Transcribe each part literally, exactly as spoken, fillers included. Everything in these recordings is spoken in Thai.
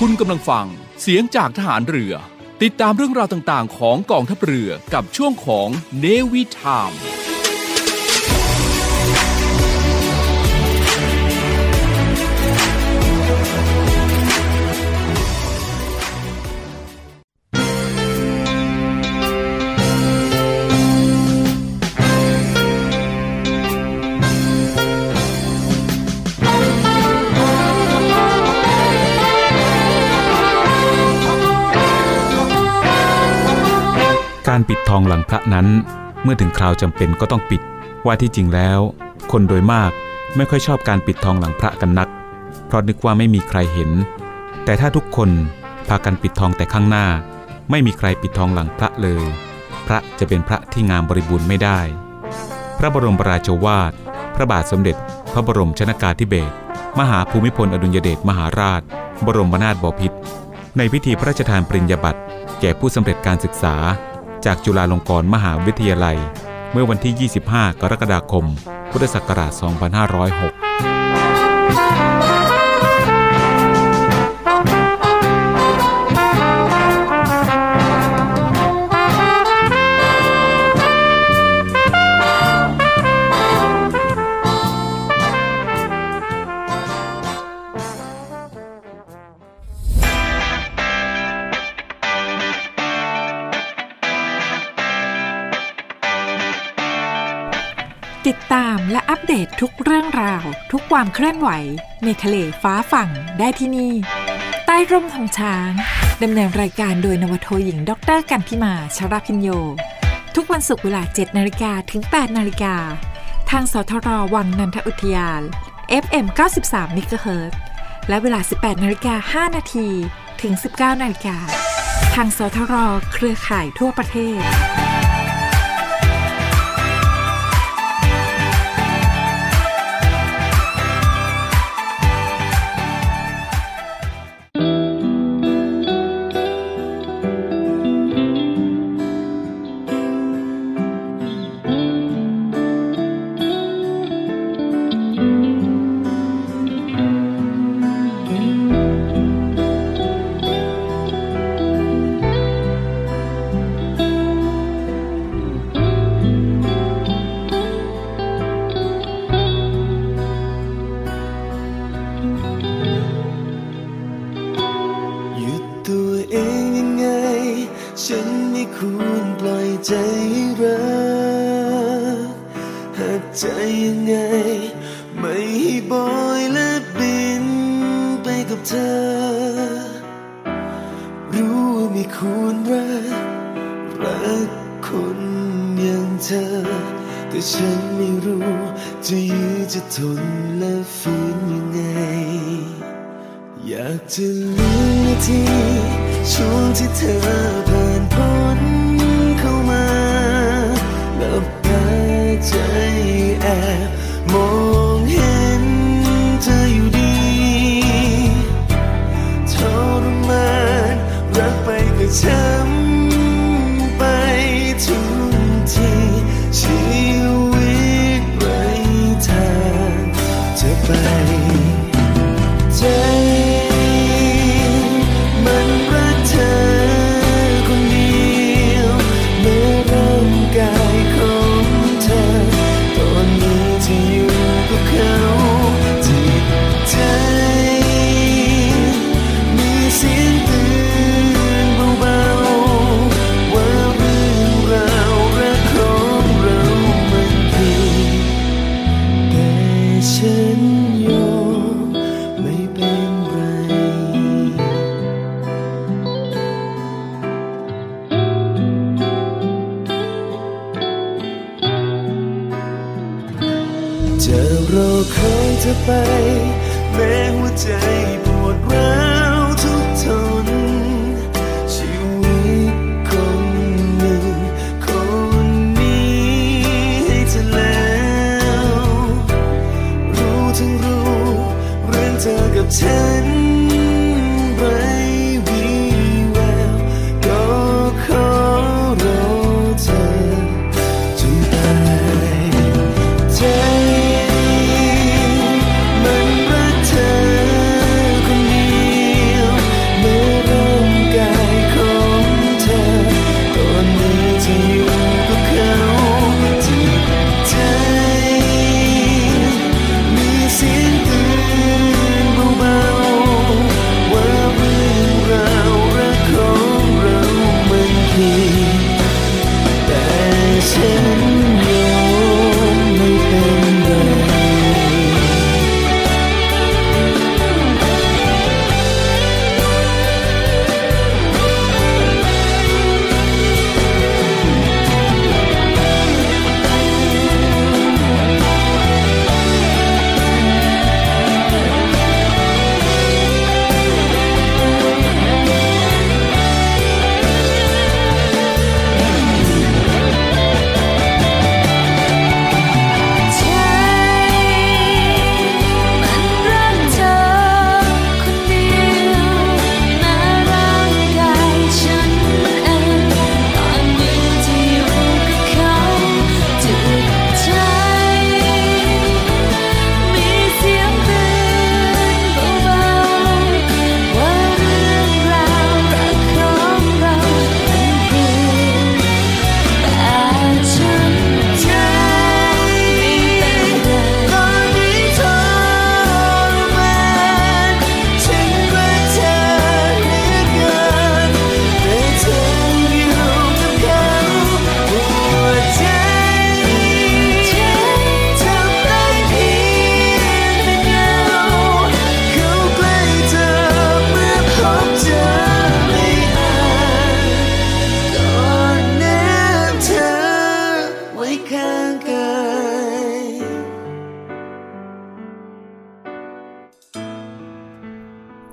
คุณกำลังฟังเสียงจากทหารเรือติดตามเรื่องราวต่างๆของกองทัพเรือกับช่วงของ Navy Time การปิดทองหลังพระนั้นเมื่อถึงคราวจำเป็นก็ต้องปิดว่าที่จริงแล้วคนโดยมากไม่ค่อยชอบการปิดทองหลังพระกันนักเพราะนึกว่าไม่มีใครเห็นแต่ถ้าทุกคนพากันปิดทองแต่ข้างหน้าไม่มีใครปิดทองหลังพระเลยพระจะเป็นพระที่งามบริบูรณ์ไม่ได้พระบรมราโชวาทพระบาทสมเด็จพระบรมชนกาธิเบศรมหาภูมิพลอดุลยเดชมหาราชบรมนาถบพิตรในพิธีพระราชทานปริญญาบัตรแก่ผู้สำเร็จการศึกษาจากจุฬาลงกรณ์มหาวิทยาลัยเมื่อวันที่ยี่สิบห้ากรกฎาคมพุทธศักราชสองพันห้าร้อยหกติดตามและอัปเดตทุกเรื่องราวทุกความเคลื่อนไหวในทะเลฟ้าฝั่งได้ที่นี่ใต้ร่มธงช้างดำเนินรายการโดยนวโทหญิงดร.กันธิมาชรพิญโยทุกวันศุกร์เวลา เจ็ดนาฬิกา ถึง แปดนาฬิกาทางสทรวังนันทอุทยาน เอฟ เอ็ม เก้าสิบสาม เมกะเฮิรตซ์และเวลา สิบแปดนาฬิกาห้านาที ถึง สิบเก้านาฬิกาทางสทรเครือข่ายทั่วประเทศม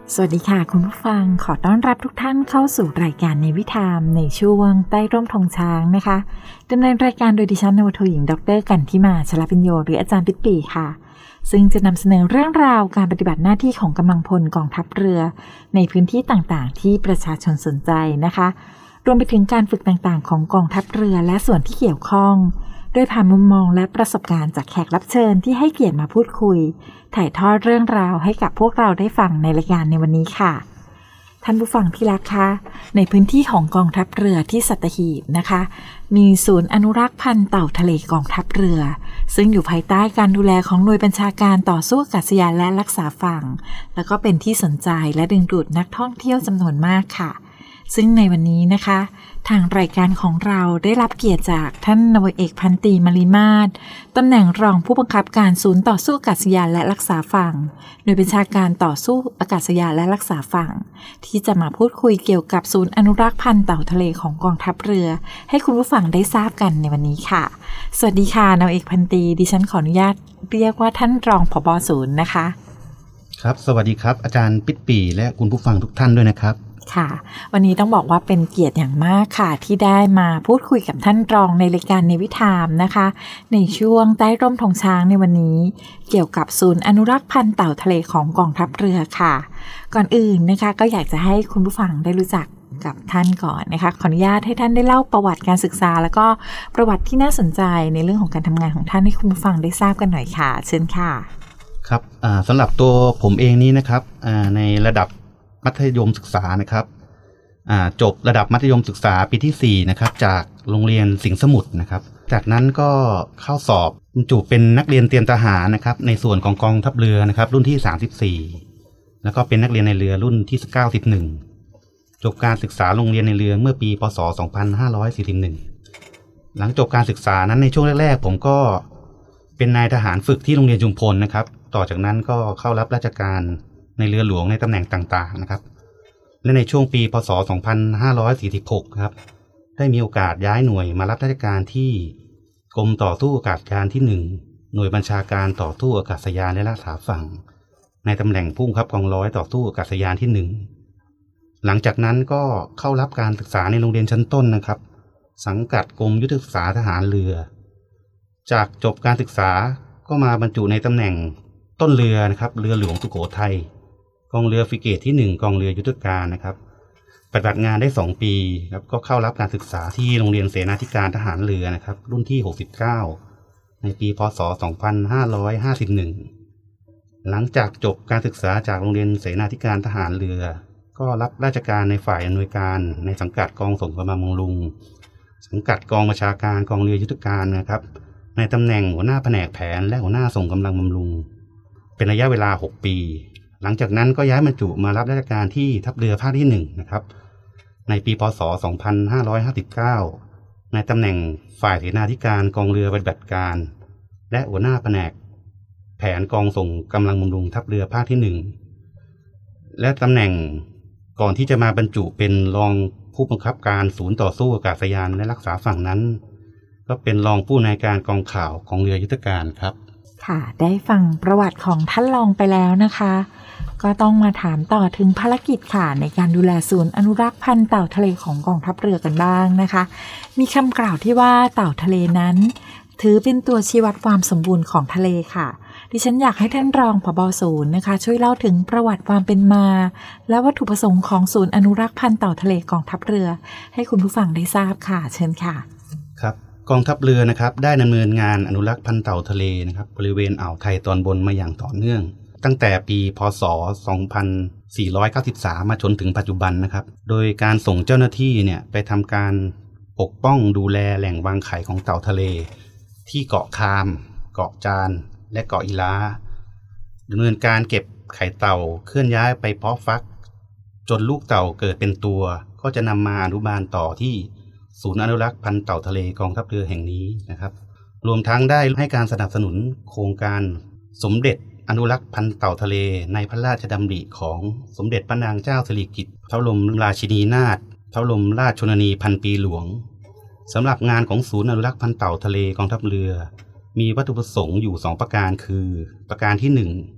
สวัสดีค่ะคุณผู้ฟังขอต้อนรับทุกท่านเข้าสู่รายการในวิธามในช่วงใต้ร่มธงช้างนะคะดำเนินรายการโดยดิฉันนวโทหญิงดรกันทิมาชลปิญโยหรืออาจารย์ปิ๊ดปีค่ะซึ่งจะนำเสนอเรื่องราวการปฏิบัติหน้าที่ของกำลังพลกองทัพเรือในพื้นที่ต่างๆที่ประชาชนสนใจนะคะรวมไปถึงการฝึกต่างๆของกองทัพเรือและส่วนที่เกี่ยวข้องโดยผ่านมุมมองและประสบการณ์จากแขกรับเชิญที่ให้เกียรติมาพูดคุยถ่ายทอดเรื่องราวให้กับพวกเราได้ฟังในรายการในวันนี้ค่ะท่านผู้ฟังที่รักคะในพื้นที่ของกองทัพเรือที่สัตหีบนะคะมีศูนย์อนุรักษ์พันธุ์เต่าทะเลกองทัพเรือซึ่งอยู่ภายใต้การดูแลของหน่วยบัญชาการต่อสู้อากาศยานและรักษาฝั่งแล้วก็เป็นที่สนใจและดึงดูดนักท่องเที่ยวจำนวนมากค่ะซึ่งในวันนี้นะคะทางรายการของเราได้รับเกียรติจากท่านนาวาเอกพันตรีมาริมาศตำแหน่งรองผู้บังคับการศูนย์ต่อสู้อากาศยานและรักษาฝั่งหน่วยบัญชาการต่อสู้อากาศยานและรักษาฝั่งที่จะมาพูดคุยเกี่ยวกับศูนย์อนุรักษ์พันธุ์เต่าทะเลของกองทัพเรือให้คุณผู้ฟังได้ทราบกันในวันนี้ค่ะสวัสดีค่ะนาวาเอกพันตรีดิฉันขออนุญาตเรียกว่าท่านรองผบ.ศูนย์นะคะครับสวัสดีครับอาจารย์ปิ๊ดปีและคุณผู้ฟังทุกท่านด้วยนะครับค่ะวันนี้ต้องบอกว่าเป็นเกียรติอย่างมากค่ะที่ได้มาพูดคุยกับท่านรองในรายการในวิธามนะคะในช่วงใต้ร่มธงช้างในวันนี้เกี่ยวกับศูนย์อนุรักษ์พันธุ์เต่าทะเลของกองทัพเรือค่ะก่อนอื่นนะคะก็อยากจะให้คุณผู้ฟังได้รู้จักกับท่านก่อนนะคะขออนุญาตให้ท่านได้เล่าประวัติการศึกษาแล้วก็ประวัติที่น่าสนใจในเรื่องของการทำงานของท่านให้คุณผู้ฟังได้ทราบกันหน่อยค่ะเชิญค่ะครับสำหรับตัวผมเองนี้นะครับในระดับมัธยมศึกษานะครับจบระดับมัธยมศึกษาปีที่สี่นะครับจากโรงเรียนสิงห์สมุทรนะครับจากนั้นก็เข้าสอบบรรจุเป็นนักเรียนเตรียมทหารนะครับในส่วนของกองทัพเรือนะครับรุ่นที่สามสิบสี่แล้วก็เป็นนักเรียนในเรือรุ่นที่เก้าสิบเอ็ดจบการศึกษาโรงเรียนในเรือเมื่อปีพ.ศ. สองพันห้าร้อยสี่สิบเอ็ดหลังจบการศึกษานั้นในช่วงแรกๆผมก็เป็นนายทหารฝึกที่โรงเรียนชุมพลนะครับต่อจากนั้นก็เข้ารับราชการในเรือหลวงในตำแหน่งต่างๆนะครับและในช่วงปีพ.ศ. สองพันห้าร้อยสี่สิบหกครับได้มีโอกาสย้ายหน่วยมารับราชการที่กรมต่อสู้อากาศยานที่หนึ่งหน่วยบัญชาการต่อสู้อากาศยานและรักษาฝั่งในตำแหน่งผู้บังคับกองร้อยต่อสู้อากาศยานที่หนึ่งหลังจากนั้นก็เข้ารับการศึกษาในโรงเรียนชั้นต้นนะครับสังกัดกรมยุทธศึกษาทหารเรือจากจบการศึกษาก็มาบรรจุในตำแหน่งต้นเรือนะครับเรือหลวงสุโขทัยกองเรือฟริเกตที่หนึ่งกองเรือยุทธการนะครับปฏิบัติงานได้สองปีครับก็เข้ารับการศึกษาที่โรงเรียนเสนาธิการทหารเรือนะครับรุ่นที่หกสิบเก้าในปีพ.ศ. สองพันห้าร้อยห้าสิบเอ็ดหลังจากจบการศึกษาจากโรงเรียนเสนาธิการทหารเรือก็รับราชการในฝ่ายอำนวยการในสังกัดกองส่งกำลังบำรุงสังกัดกองบัญชาการกองเรือยุทธการนะครับในตำแหน่งหัวหน้าแผนกแผนและหัวหน้าส่งกำลังบำรุงเป็นระยะเวลาหกปีหลังจากนั้นก็ย้ายบรรจุมารับราชการที่ทัพเรือภาคที่หนึ่งนะครับในปีพ.ศ. สองพันห้าร้อยห้าสิบเก้าในตำแหน่งฝ่ายเสนาธิการกองเรือปฏิบัติการและหัวหน้าแผนกแผนกองส่งกำลังบำรุงทัพเรือภาคที่หนึ่งและตำแหน่งก่อนที่จะมาบรรจุเป็นรองผู้บังคับการศูนย์ต่อสู้อากาศยานและรักษาฝั่งนั้นก็เป็นรองผู้อำนวยการกองข่าวของเรือยุทธการครับค่ะได้ฟังประวัติของท่านรองไปแล้วนะคะก็ต้องมาถามต่อถึงภารกิจค่ะในการดูแลศูนย์อนุรักษ์พันธุ์เต่าทะเลของกองทัพเรือกันบ้างนะคะมีคำกล่าวที่ว่าเต่าทะเลนั้นถือเป็นตัวชี้วัดความสมบูรณ์ของทะเลค่ะดิฉันอยากให้ท่านรองผบ.ศูนย์นะคะช่วยเล่าถึงประวัติความเป็นมาและวัตถุประสงค์ของศูนย์อนุรักษ์พันธุ์เต่าทะเลกองทัพเรือให้คุณผู้ฟังได้ทราบค่ะเชิญค่ะครับกองทัพเรือนะครับได้ดำเนินงานอนุรักษ์พันธุ์เต่าทะเลนะครับบริเวณอ่าวไทยตอนบนมาอย่างต่อเนื่องตั้งแต่ปีพ.ศ. สองพันสี่ร้อยเก้าสิบสามมาจนถึงปัจจุบันนะครับโดยการส่งเจ้าหน้าที่เนี่ยไปทำการปกป้องดูแลแหล่งวางไข่ของเต่าทะเลที่เกาะคามเกาะจานและเกาะอิล้าดำเนินการเก็บไข่เต่าเคลื่อนย้ายไปเพาะฟักจนลูกเต่าเกิดเป็นตัวก็จะนำมาอนุบาลต่อที่ศูนย์อนุรักษ์พันธุ์เต่าทะเลกองทัพเรือแห่งนี้นะครับรวมทั้งได้ให้การสนับสนุนโครงการสมเด็จอนุรักษ์พันธุ์เต่าทะเลในพระราชดำริของสมเด็จพระนางเจ้าสิริกิติ์พระบรมราชินีนาถพระบรมราชชนนีพันปีหลวงสำหรับงานของศูนย์อนุรักษ์พันธุ์เต่าทะเลกองทัพเรือมีวัตถุประสงค์อยู่สองประการคือประการที่หนึ่ง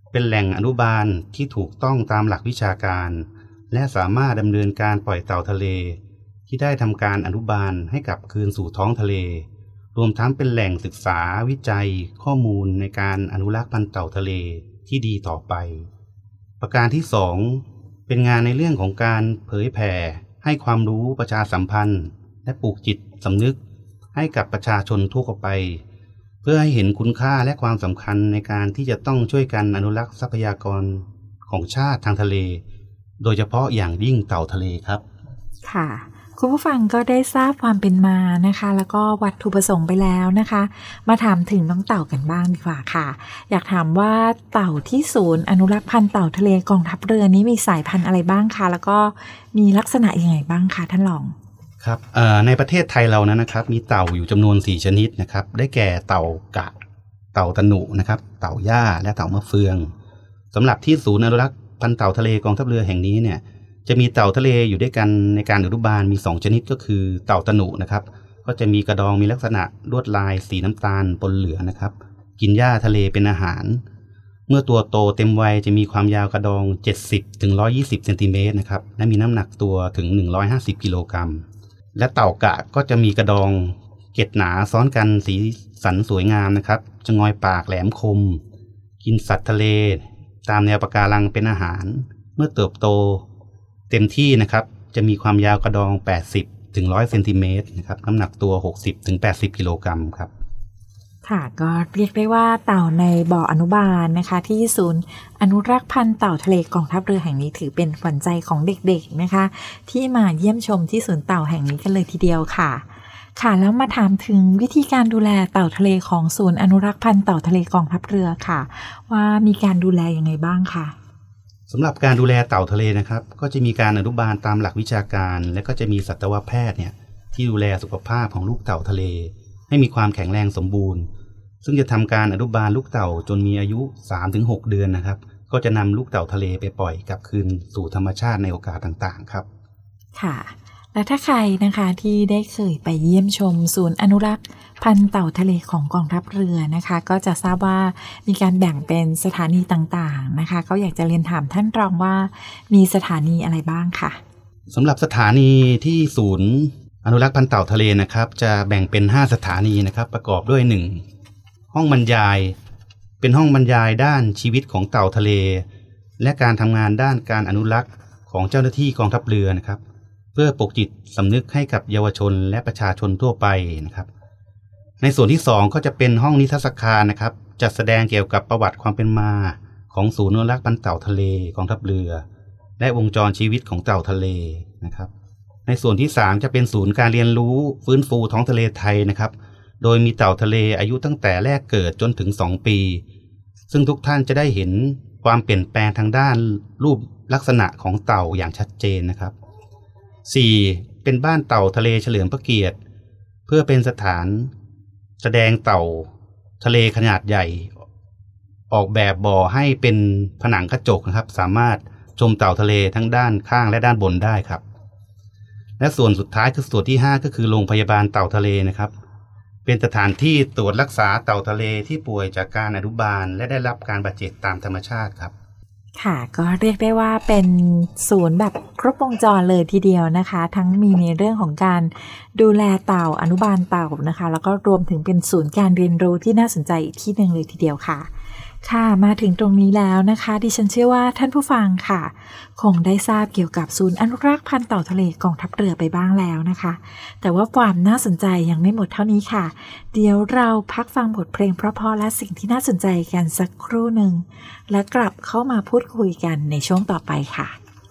เป็นแหล่งอนุบาลที่ถูกต้องตามหลักวิชาการและสามารถดำเนินการปล่อยเต่าทะเลที่ได้ทำการอนุบาลให้กลับคืนสู่ท้องทะเลรวมทั้งเป็นแหล่งศึกษาวิจัยข้อมูลในการอนุรักษ์พันธุ์เต่าทะเลที่ดีต่อไปประการที่สองเป็นงานในเรื่องของการเผยแผ่ให้ความรู้ประชาสัมพันธ์และปลูกจิตสำนึกให้กับประชาชนทั่วไปเพื่อให้เห็นคุณค่าและความสำคัญในการที่จะต้องช่วยกันอนุรักษ์ทรัพยากรของชาติทางทะเลโดยเฉพาะอย่างยิ่งเต่าทะเลครับค่ะคุณผู้ฟังก็ได้ทราบความเป็นมานะคะแล้วก็วัตถุประสงค์ไปแล้วนะคะมาถามถึงน้องเต่ากันบ้างดีกว่าค่ะอยากถามว่าเต่าที่ศูนย์อนุรักษ์พันธุ์เต่าทะเลกองทัพเรือนี้มีสายพันธุ์อะไรบ้างคะแล้วก็มีลักษณะยังไงบ้างคะท่านรองครับในประเทศไทยเรานั้นนะครับมีเต่าอยู่จำนวนสี่ชนิดนะครับได้แก่เต่ากะเต่าตะหนุนะครับเต่าย่าและเต่ามะเฟืองสำหรับที่ศูนย์อนุรักษ์พันธุ์เต่าทะเลกองทัพเรือแห่งนี้เนี่ยจะมีเต่าทะเลอยู่ด้วยกันในการอนุบาลมีสองชนิดก็คือเต่าตะหนุนะครับก็จะมีกระดองมีลักษณะลวดลายสีน้ำตาลปนเหลืองนะครับกินหญ้าทะเลเป็นอาหารเมื่อตัวโตเต็มวัยจะมีความยาวกระดองเจ็ดสิบถึงหนึ่งร้อยยี่สิบเซนติเมตรนะครับและมีน้ำหนักตัวถึงหนึ่งร้อยห้าสิบกิโลกรัมและเต่ากะก็จะมีกระดองเกล็ดหนาซ้อนกันสีสันสวยงามนะครับจะงอยปากแหลมคมกินสัตว์ทะเลตามแนวปะการังเป็นอาหารเมื่อเติบโตเต็มที่นะครับจะมีความยาวกระดองแปดสิบถึงหนึ่งร้อยเซนติเมตรนะครับน้ำหนักตัวหกสิบถึงแปดสิบกิโลกรัมครับค่ะก็เรียกได้ว่าเต่าในบ่ออนุบาลนะคะที่ศูนย์อนุรักษ์พันธุ์เต่าทะเลกองทัพเรือแห่งนี้ถือเป็นขวัญใจของเด็กๆนะคะที่มาเยี่ยมชมที่ศูนย์เต่าแห่งนี้กันเลยทีเดียวค่ะค่ะแล้วมาถามถึงวิธีการดูแลเต่าทะเลของศูนย์อนุรักษ์พันธุ์เต่าทะเลกองทัพเรือค่ะว่ามีการดูแลยังไงบ้างค่ะสำหรับการดูแลเต่าทะเลนะครับก็จะมีการอนุบาลตามหลักวิชาการและก็จะมีสัตวแพทย์เนี่ยที่ดูแลสุขภาพของลูกเต่าทะเลให้มีความแข็งแรงสมบูรณ์ซึ่งจะทำการอนุบาลลูกเต่าจนมีอายุ สามถึงหก เดือนนะครับก็จะนำลูกเต่าทะเลไปปล่อยกลับคืนสู่ธรรมชาติในโอกาสต่างๆครับค่ะและถ้าใครนะคะที่ได้เคยไปเยี่ยมชมศูนย์อนุรักษ์พันธุ์เต่าทะเลของกองทัพเรือนะคะก็จะทราบว่ามีการแบ่งเป็นสถานีต่างๆนะคะก็อยากจะเรียนถามท่านรองว่ามีสถานีอะไรบ้างค่ะสำหรับสถานีที่ศูนย์อนุรักษ์พันธุ์เต่าทะเลนะครับจะแบ่งเป็นห้าสถานีนะครับประกอบด้วยหนึ่งห้องบรรยายเป็นห้องบรรยายด้านชีวิตของเต่าทะเลและการทำงานด้านการอนุรักษ์ของเจ้าหน้าที่กองทัพเรือนะครับเพื่อปลุกจิตสำนึกให้กับเยาวชนและประชาชนทั่วไปนะครับในส่วนที่สองก็จะเป็นห้องนิทรรศการนะครับจัดแสดงเกี่ยวกับประวัติความเป็นมาของศูนย์อนุรักษ์พันธุ์เต่าทะเลกองทัพเรือและวงจรชีวิตของเต่าทะเลนะครับในส่วนที่สามจะเป็นศูนย์การเรียนรู้ฟื้นฟูท้องทะเลไทยนะครับโดยมีเต่าทะเลอายุตั้งแต่แรกเกิดจนถึงสองปีซึ่งทุกท่านจะได้เห็นความเปลี่ยนแปลงทางด้านรูปลักษณะของเต่าอย่างชัดเจนนะครับสี่เป็นบ้านเต่าทะเลเฉลิมพระเกียรติเพื่อเป็นสถานแสดงเต่าทะเลขนาดใหญ่ออกแบบบ่อให้เป็นผนังกระจกนะครับสามารถชมเต่าทะเลทั้งด้านข้างและด้านบนได้ครับและส่วนสุดท้ายคือส่วนที่ห้าก็คือโรงพยาบาลเต่าทะเลนะครับเป็นสถานที่ตรวจรักษาเต่าทะเลที่ป่วยจากการอนุบาลและได้รับการบาดเจ็บตามธรรมชาติครับค่ะก็เรียกได้ว่าเป็นศูนย์แบบครบวงจรเลยทีเดียวนะคะทั้งมีในเรื่องของการดูแลเต่าอนุบาลเต่านะคะแล้วก็รวมถึงเป็นศูนย์การเรียนรู้ที่น่าสนใจอีกที่นึงเลยทีเดียวค่ะค่ะมาถึงตรงนี้แล้วนะคะดิฉันเชื่อว่าท่านผู้ฟังค่ะคงได้ทราบเกี่ยวกับศูนย์อนุรักษ์พันธุ์เต่าทะเลกองทัพเรือไปบ้างแล้วนะคะแต่ว่าความน่าสนใจยังไม่หมดเท่านี้ค่ะเดี๋ยวเราพักฟังบทเพลงเพราะๆและสิ่งที่น่าสนใจกันสักครู่หนึ่งและกลับเข้ามาพูดคุยกันในช่วงต่อไปค่ะ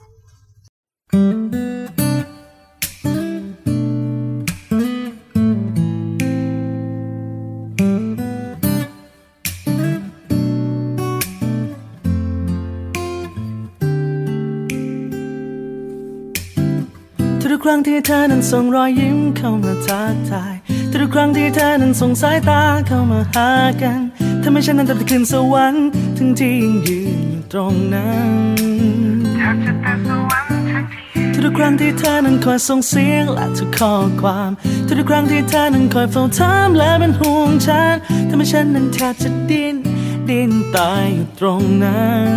ทุกครั้งที่เธอนั้นส่งรอยยิ้มเข้ามาทักทายทุกครั้งที่เธอนั้นส่งสายตาเข้ามาหากันทำให้ฉันนั้นแทบจะขึ้นสวรรค์ถึงที่ยังยืนอยู่ตรงนั้นอยากจะแต่สวรรค์ทันทีทุกครั้งที่เธอนั้นคอยส่งเสียงและทุกข้อความทุกครั้งที่เธอนั้นคอยเฝ้าถามและเป็นห่วงฉันทำให้ฉันนั้นแทบจะดิ้นดินตายอยู่ตรงนั้น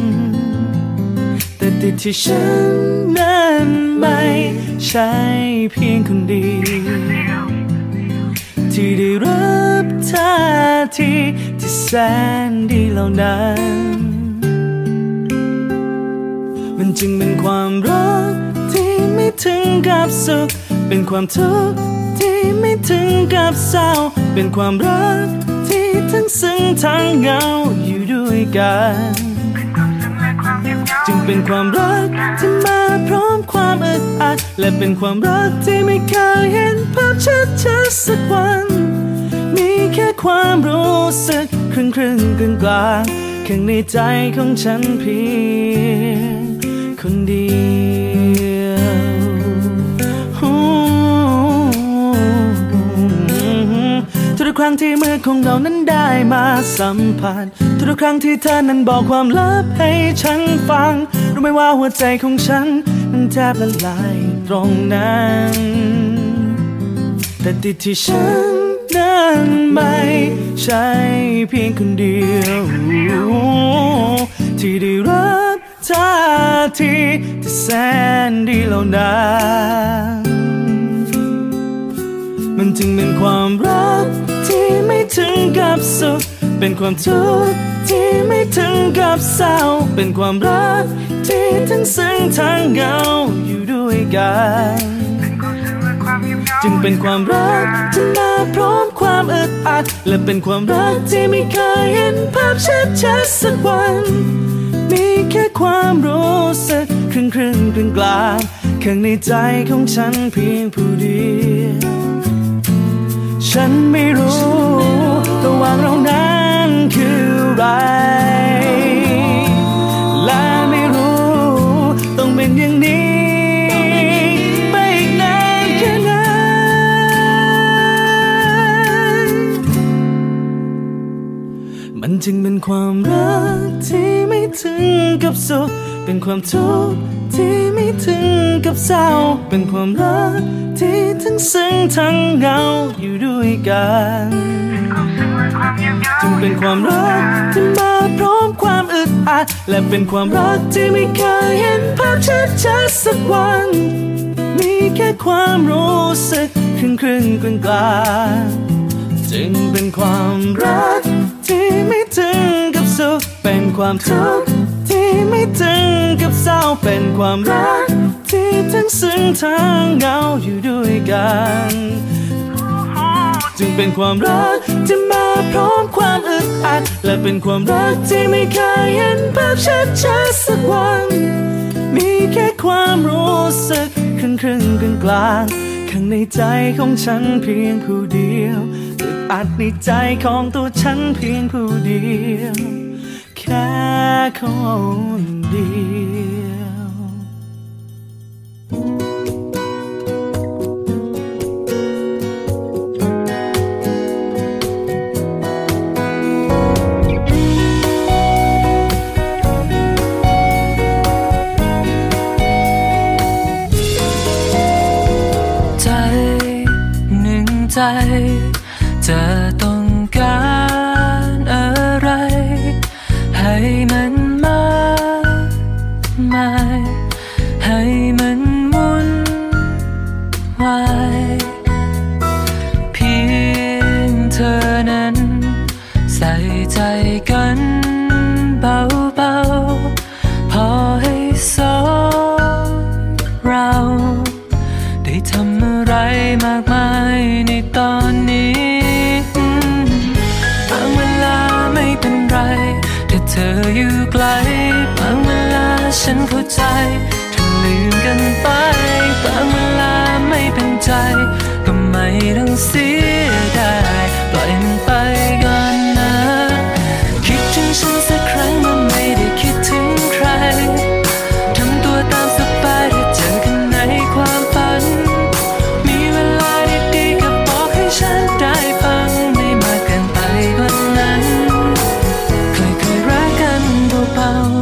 แต่ติดที่ฉันนั้นไม่ใช่เพียงคนเดียวที่ได้รับท่าทีที่แสนดีเหล่านั้นมันจึงเป็นความรักที่ไม่ถึงกับสุขเป็นความทุกข์ที่ไม่ถึงกับเศร้าเป็นความรักที่ทั้งซึ้งทั้งเหงาอยู่ด้วยกันจึงเป็นความรักที่มาพร้อมความอึดอัดและเป็นความรักที่ไม่เคยเห็นภาพชัดชัดสักวันมีแค่ความรู้สึกครึ่งครึ่งกลางกลางข้างในใจของฉันเพียงคนเดียวทุกครั้งที่มือของเรานั้นได้มาสัมผัสทุกครั้งที่เธอนั้นบอกความลับให้ฉันฟังรู้ไหมว่าหัวใจของฉันมันแทบละลายตรงนั้นแต่ติดที่ฉันนั้นไม่ใช่เพียงคนเดียวที่ได้รับท่าทีที่แสนดีเหล่านั้นมันจึงเป็นความรักที่ไม่ถึงกับสุขเป็นความทุกข์ที่ไม่ถึงกับเศร้าเป็นความรักที่ทั้งซึ้งทั้งเหงาอยู่ด้วยกันจึงเป็นความรักที่มาพร้อมความอึดอัดและเป็นความรักที่ไม่เคยเห็นภาพชัดชัดสักวันมีแค่ความรู้สึกครึ่งครึ่งกลางกลางข้างในใจของฉันเพียงผู้เดียวฉันไม่รู้ระหว่างเรานั้นคืออะไรและไม่รู้ต้องเป็นอย่างนี้ไปอีกนานแค่ไหนมันจึงเป็นความรักที่ไม่ถึงกับสุขเป็นความทุกข์ที่ไม่ถึงกับเศร้าเป็นความรักที่ทั้งซึ้งทั้งเหงาอยู่ด้วยกันจึงเป็นความรักที่มาพร้อมความอึดอัดและเป็นความรักที่ไม่เคยเห็นภาพชัดชัดสักวันมีแค่ความรู้สึกครึ่งครึ่งกลางกลางจึงเป็นความรักที่ไม่ถึงกับสุขเป็นความทุกข์ที่ไม่ถึงกับเศร้าเป็นความรักที่ทั้งซึ้งทั้งเหงาอยู่ด้วยกันจึงเป็นความรักที่มาพร้อมความอึดอัดและเป็นความรักที่ไม่เคยเห็นภาพชัดชัดสักวันมีแค่ความรู้สึกครึ่งครึ่งกลางกลางข้างในใจของฉันเพียงผู้เดียวอึดอัดในใจของตัวฉันเพียงผู้เดียวแค่คนเดียวใจหนึ่งใจจะต้องการอะไรให้มันมากมายให้มันวุ่นวายเพียงเธอนั้นใส่ใจกันเบาๆพอให้สองเราได้ทำอะไรมากมายในตอนนี้บางเวลาไม่เป็นไรถ้าเธออยู่ไกลบางเวลาฉันเข้าใจถ้าลืมกันไปบางเวลาไม่เป็นใจก็ไม่ต้องเสียดายปล่อยมันไปก่อนนะคิดถึงฉันสักครั้งเมื่อไม่ได้คิดถึงใครทำตัวตามสบายได้เจอกันในความฝันมีเวลาดีๆก็บอกให้ฉันได้ฟังไม่มากเกินไปกว่านั้นค่อยๆรักกันเบาๆ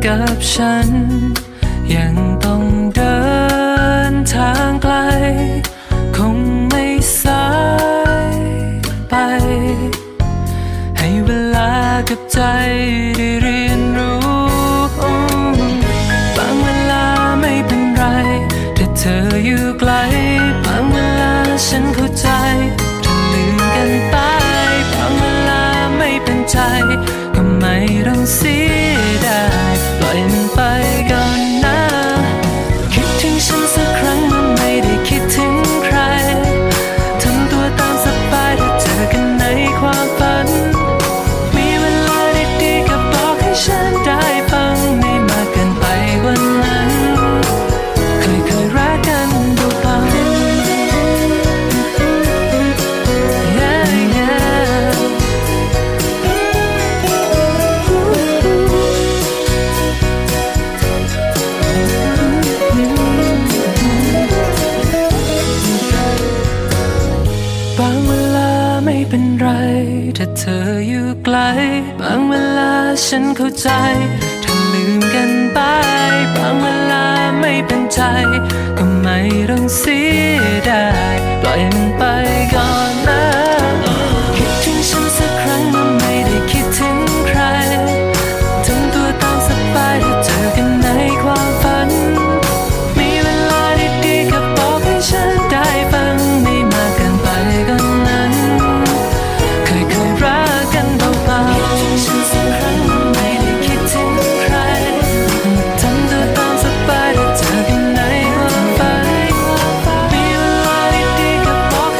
กับฉันยังต้องเดินทางไกลคงไม่สายไปให้เวลากับใจได้เรียนรู้บางเวลาไม่เป็นไรถ้าเธออยู่ไกลบางเวลาฉันเข้าใจถ้าลืมกันไปบางเวลาไม่เป็นใจก็ไม่ต้องเสียดายปล่อยมันไปก่อนนะคิดถึงฉันสักครั้งเมื่อไม่ได้คิดถึงใครทำตัวตามสบายถ้าเจอกันในความฝันมีเวลาดีๆก็บอกให้ฉันได้ฟังไม่มากเกินไปกว่านั้นเคยเคยรักกันดูเปล่า yeah, yeah. บางเวลาไม่เป็นไรถ้าเธออยู่ไกลบางเวลาฉันเข้าใจถ้าลืมกันไปบางเวลาไม่เป็นใจก็ไม่ต้องเสียดายปล่อยมันไปก่อนนะคิดถึงฉันสักครั้งเมื่อไม่ได้คิดถึงใครทำตัวตามสบายถ้าเจอกันในความฝันมีเวลาดีๆก็บอกให้ฉันได้ฟังไม่มากเกินไปก่อนนั้นเคยเคยรักกันเบาๆคิดถึงฉันสักครั้งเมื่อไม่ได้คิดถึงใครทำตัวตามสบายถ้าเจอกันในความฝันมีเวลาดีๆก็บอก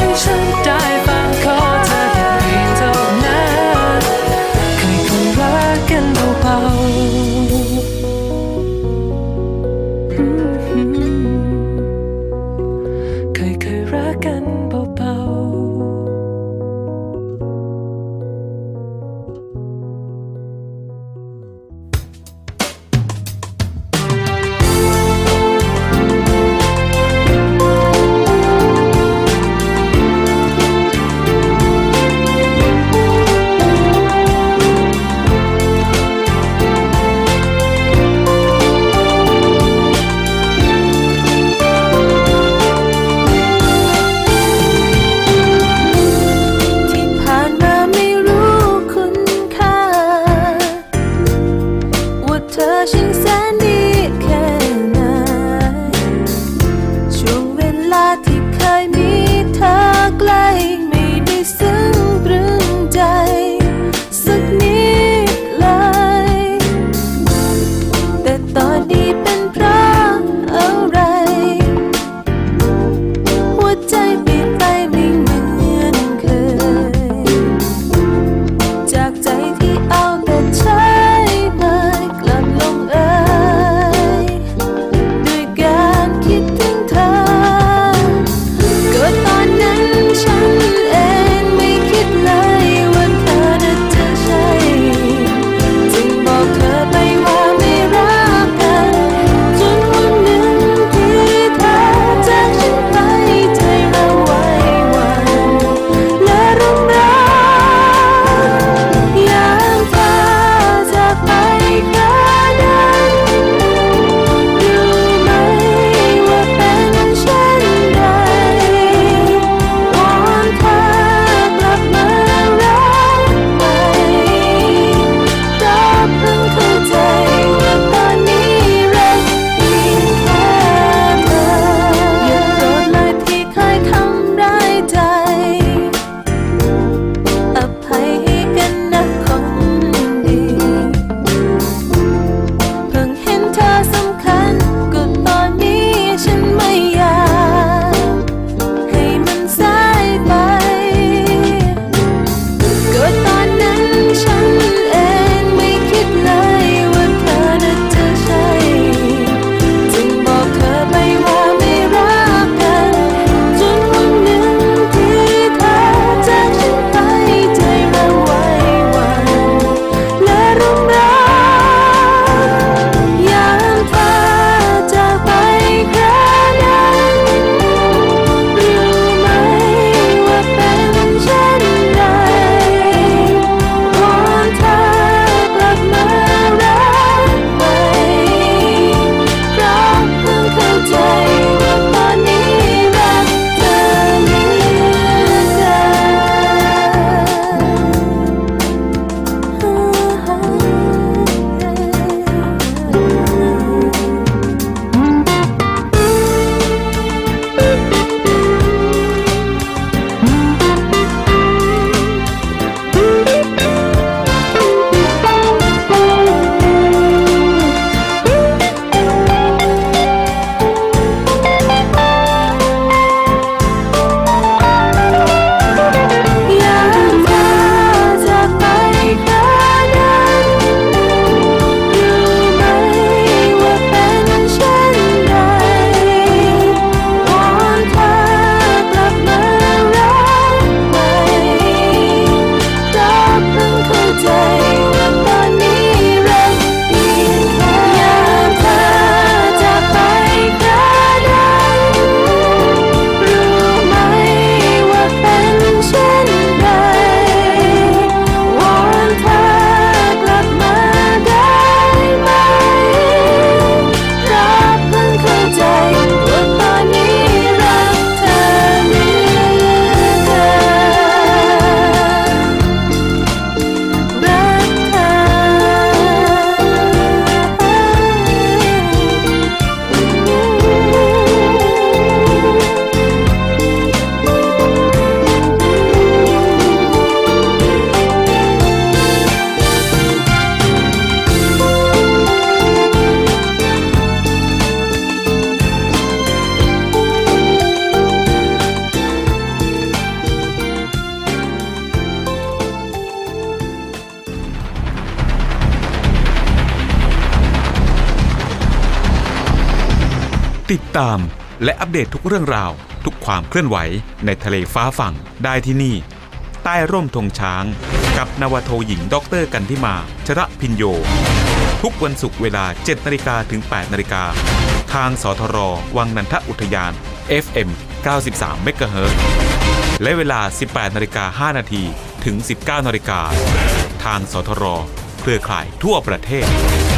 ติดตามและอัปเดตทุกเรื่องราวทุกความเคลื่อนไหวในทะเลฟ้าฝั่งได้ที่นี่ใต้ร่มธงช้างกับนาวาโทหญิงดร.กันธิมาชระพิญโยทุกวันศุกร์เวลา เจ็ดนาฬิกา ถึง แปดนาฬิกาทางสทรวังนันทอุทยาน เอฟ เอ็ม เก้าสิบสาม เมกะเฮิรตซ์และเวลา สิบแปดนาฬิกาห้านาที ถึง สิบเก้านาฬิกาทางสทรเครือข่ายทั่วประเทศ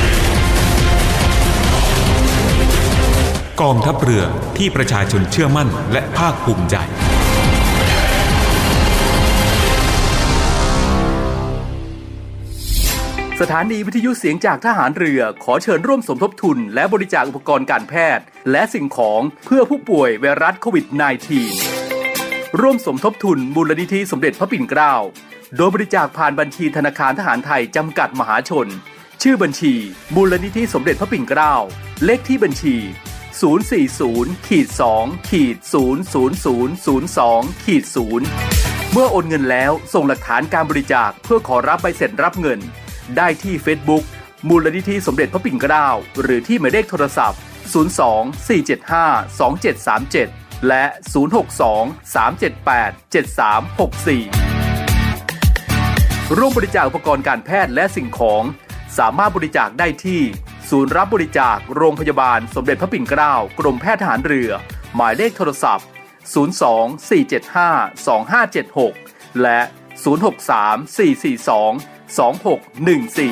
กองทัพเรือที่ประชาชนเชื่อมั่นและภาคภูมิใจสถานีวิทยุเสียงจากทหารเรือขอเชิญร่วมสมทบทุนและบริจาคอุปกรณ์การแพทย์และสิ่งของเพื่อผู้ป่วยไวรัสโควิด สิบเก้า ร่วมสมทบทุนมูลนิธิสมเด็จพระปิ่นเกล้าโดยบริจาคผ่านบัญชีธนาคารทหารไทยจำกัดมหาชนชื่อบัญชีมูลนิธิสมเด็จพระปิ่นเกล้าเลขที่บัญชี ศูนย์ สี่ ศูนย์ สอง ศูนย์ ศูนย์ ศูนย์ ศูนย์ สอง ศูนย์ เมื่อโอนเงินแล้วส่งหลักฐานการบริจาคเพื่อขอรับใบเสร็จรับเงินได้ที่ Facebook มูลนิธิสมเด็จพระปิ่นเกล้าหรือที่หมายเลขโทรศัพท์ ศูนย์ สอง สี่ เจ็ด ห้า สอง เจ็ด สาม เจ็ด และ ศูนย์ หก สอง สาม เจ็ด แปด เจ็ด สาม หก สี่ ร่วมบริจาคอุปกรณ์การแพทย์และสิ่งของสามารถบริจาคได้ที่ศูนย์รับบริจาคโรงพยาบาลสมเด็จพระปิ่นเกล้ากรมแพทย์ทหารเรือหมายเลขโทรศัพท์ ศูนย์ สอง สี่ เจ็ด ห้า สอง ห้า เจ็ด หก และ ศูนย์ หก สาม สี่ สี่ สอง สอง หก หนึ่ง สี่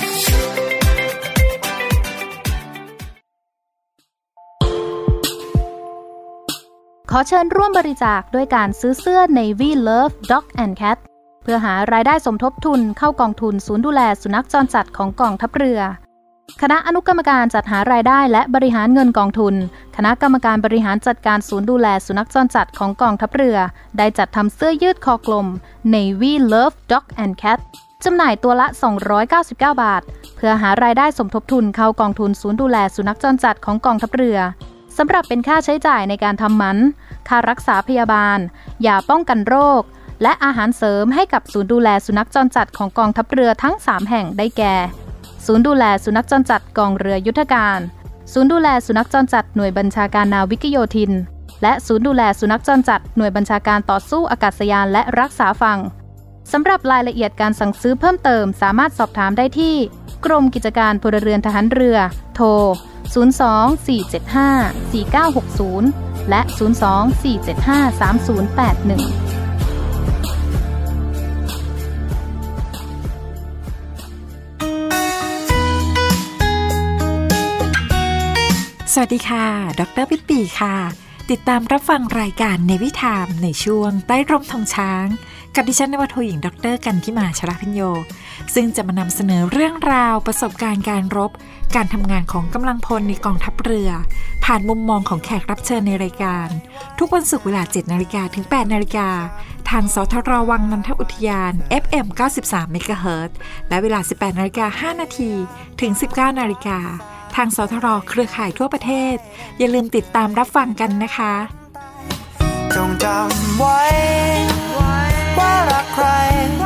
ขอเชิญร่วมบริจาคด้วยการซื้อเสื้อ Navy Love Dog and Cat เพื่อหารายได้สมทบทุนเข้ากองทุนศูนย์ดูแลสุนัขจรจัดของกองทัพเรือคณะอนุกรรมการจัดหารายได้และบริหารเงินกองทุนคณะกรรมการบริหารจัดการศูนย์ดูแลสุนัขจรจัดของกองทัพเรือได้จัดทำเสื้อยืดคอกลม Navy Love Dog and Cat จำหน่ายตัวละสองร้อยเก้าสิบเก้าบาทเพื่อหารายได้สมทบทุนเข้ากองทุนศูนย์ดูแลสุนัขจรจัดของกองทัพเรือสำหรับเป็นค่าใช้จ่ายในการทำหมันค่ารักษาพยาบาลยาป้องกันโรคและอาหารเสริมให้กับศูนย์ดูแลสุนัขจรจัดของกองทัพเรือทั้งสามแห่งได้แก่ศูนย์ดูแลสุนัขจรจัดกองเรือยุทธการศูนย์ดูแลสุนัขจรจัดหน่วยบัญชาการนาวิกโยธินและศูนย์ดูแลสุนัขจรจัดหน่วยบัญชาการต่อสู้อากาศยานและรักษาฝั่งสำหรับรายละเอียดการสั่งซื้อเพิ่มเติมสามารถสอบถามได้ที่กรมกิจการพลเรือนทหารเรือโทรศูนย์ สอง สี่ เจ็ด ห้า สี่ เก้า หก ศูนย์และศูนย์ สอง สี่ เจ็ด ห้า สาม ศูนย์ แปด หนึ่งสวัสดีค่ะดร.ปิ๊ปปี้ค่ะติดตามรับฟังรายการในวิถามในช่วงใต้ร่มธงช้างกับดิฉันนวโทหญิงดร.กันธิมาชลพิญโยซึ่งจะมานำเสนอเรื่องราวประสบการณ์การรบการทำงานของกำลังพลในกองทัพเรือผ่านมุมมองของแขกรับเชิญในรายการทุกวันศุกร์เวลา เจ็ดนาฬิกา ถึง แปดนาฬิกาทางสทรวังนันทอุทยาน เอฟ เอ็ม เก้าสิบสาม เมกะเฮิรตซ์และเวลา สิบแปดนาฬิกาห้านาที ถึง สิบเก้านาฬิกาทางสทรเครือข่ายทั่วประเทศอย่าลืมติดตามรับฟังกันนะคะจงจำไว้ว่ารักใคร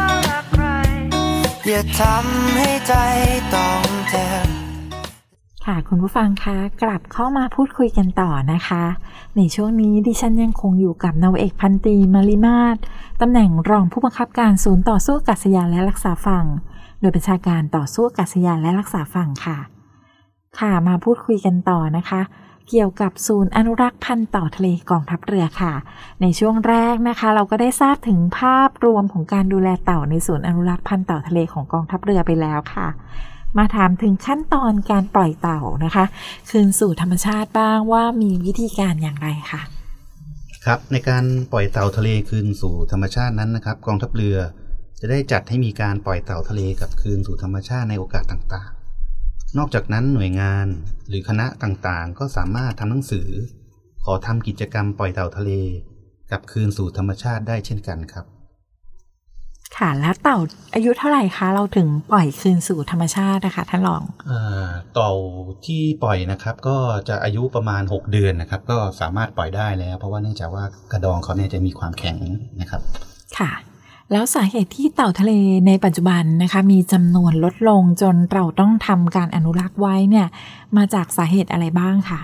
อย่าทำให้ใจต้องเจ็บค่ะคุณผู้ฟังคะกลับเข้ามาพูดคุยกันต่อนะคะในช่วงนี้ดิฉันยังคงอยู่กับนาวาเอกพันตรีมาริมาศตำแหน่งรองผู้บังคับการศูนย์ต่อสู้อากาศยานและรักษาฝั่งโดยบัญชาการต่อสู้อากาศยานและรักษาฝั่งค่ะค่ะมาพูดคุยกันต่อนะคะเกี่ยวกับศูนย์อนุรักษ์พันธุ์เต่าทะเลกองทัพเรือค่ะในช่วงแรกนะคะเราก็ได้ทราบถึงภาพรวมของการดูแลเต่าในศูนย์อนุรักษ์พันธุ์เต่าทะเลของกองทัพเรือไปแล้วค่ะมาถามถึงขั้นตอนการปล่อยเต่านะคะคืนสู่ธรรมชาติบ้างว่ามีวิธีการอย่างไรค่ะครับในการปล่อยเต่าทะเลคืนสู่ธรรมชาตินั้นนะครับกองทัพเรือจะได้จัดให้มีการปล่อยเต่าทะเลกับคืนสู่ธรรมชาติในโอกาสต่างๆนอกจากนั้นหน่วยงานหรือคณะต่างๆก็สามารถทำหนังสือขอทำกิจกรรมปล่อยเต่าทะเลกับคืนสู่ธรรมชาติได้เช่นกันครับค่ะแล้วเต่าอายุเท่าไหร่คะเราถึงปล่อยคืนสู่ธรรมชาตินะคะท่านรองอ่าเต่าที่ปล่อยนะครับก็จะอายุประมาณหกเดือนนะครับก็สามารถปล่อยได้แล้วเพราะว่าเนื่องจากว่ากระดองเขาเนี่ยจะมีความแข็งนะครับค่ะแล้วสาเหตุที่เต่าทะเลในปัจจุบันนะคะมีจำนวนลดลงจนเราต้องทำการอนุรักษ์ไว้เนี่ยมาจากสาเหตุอะไรบ้างคะ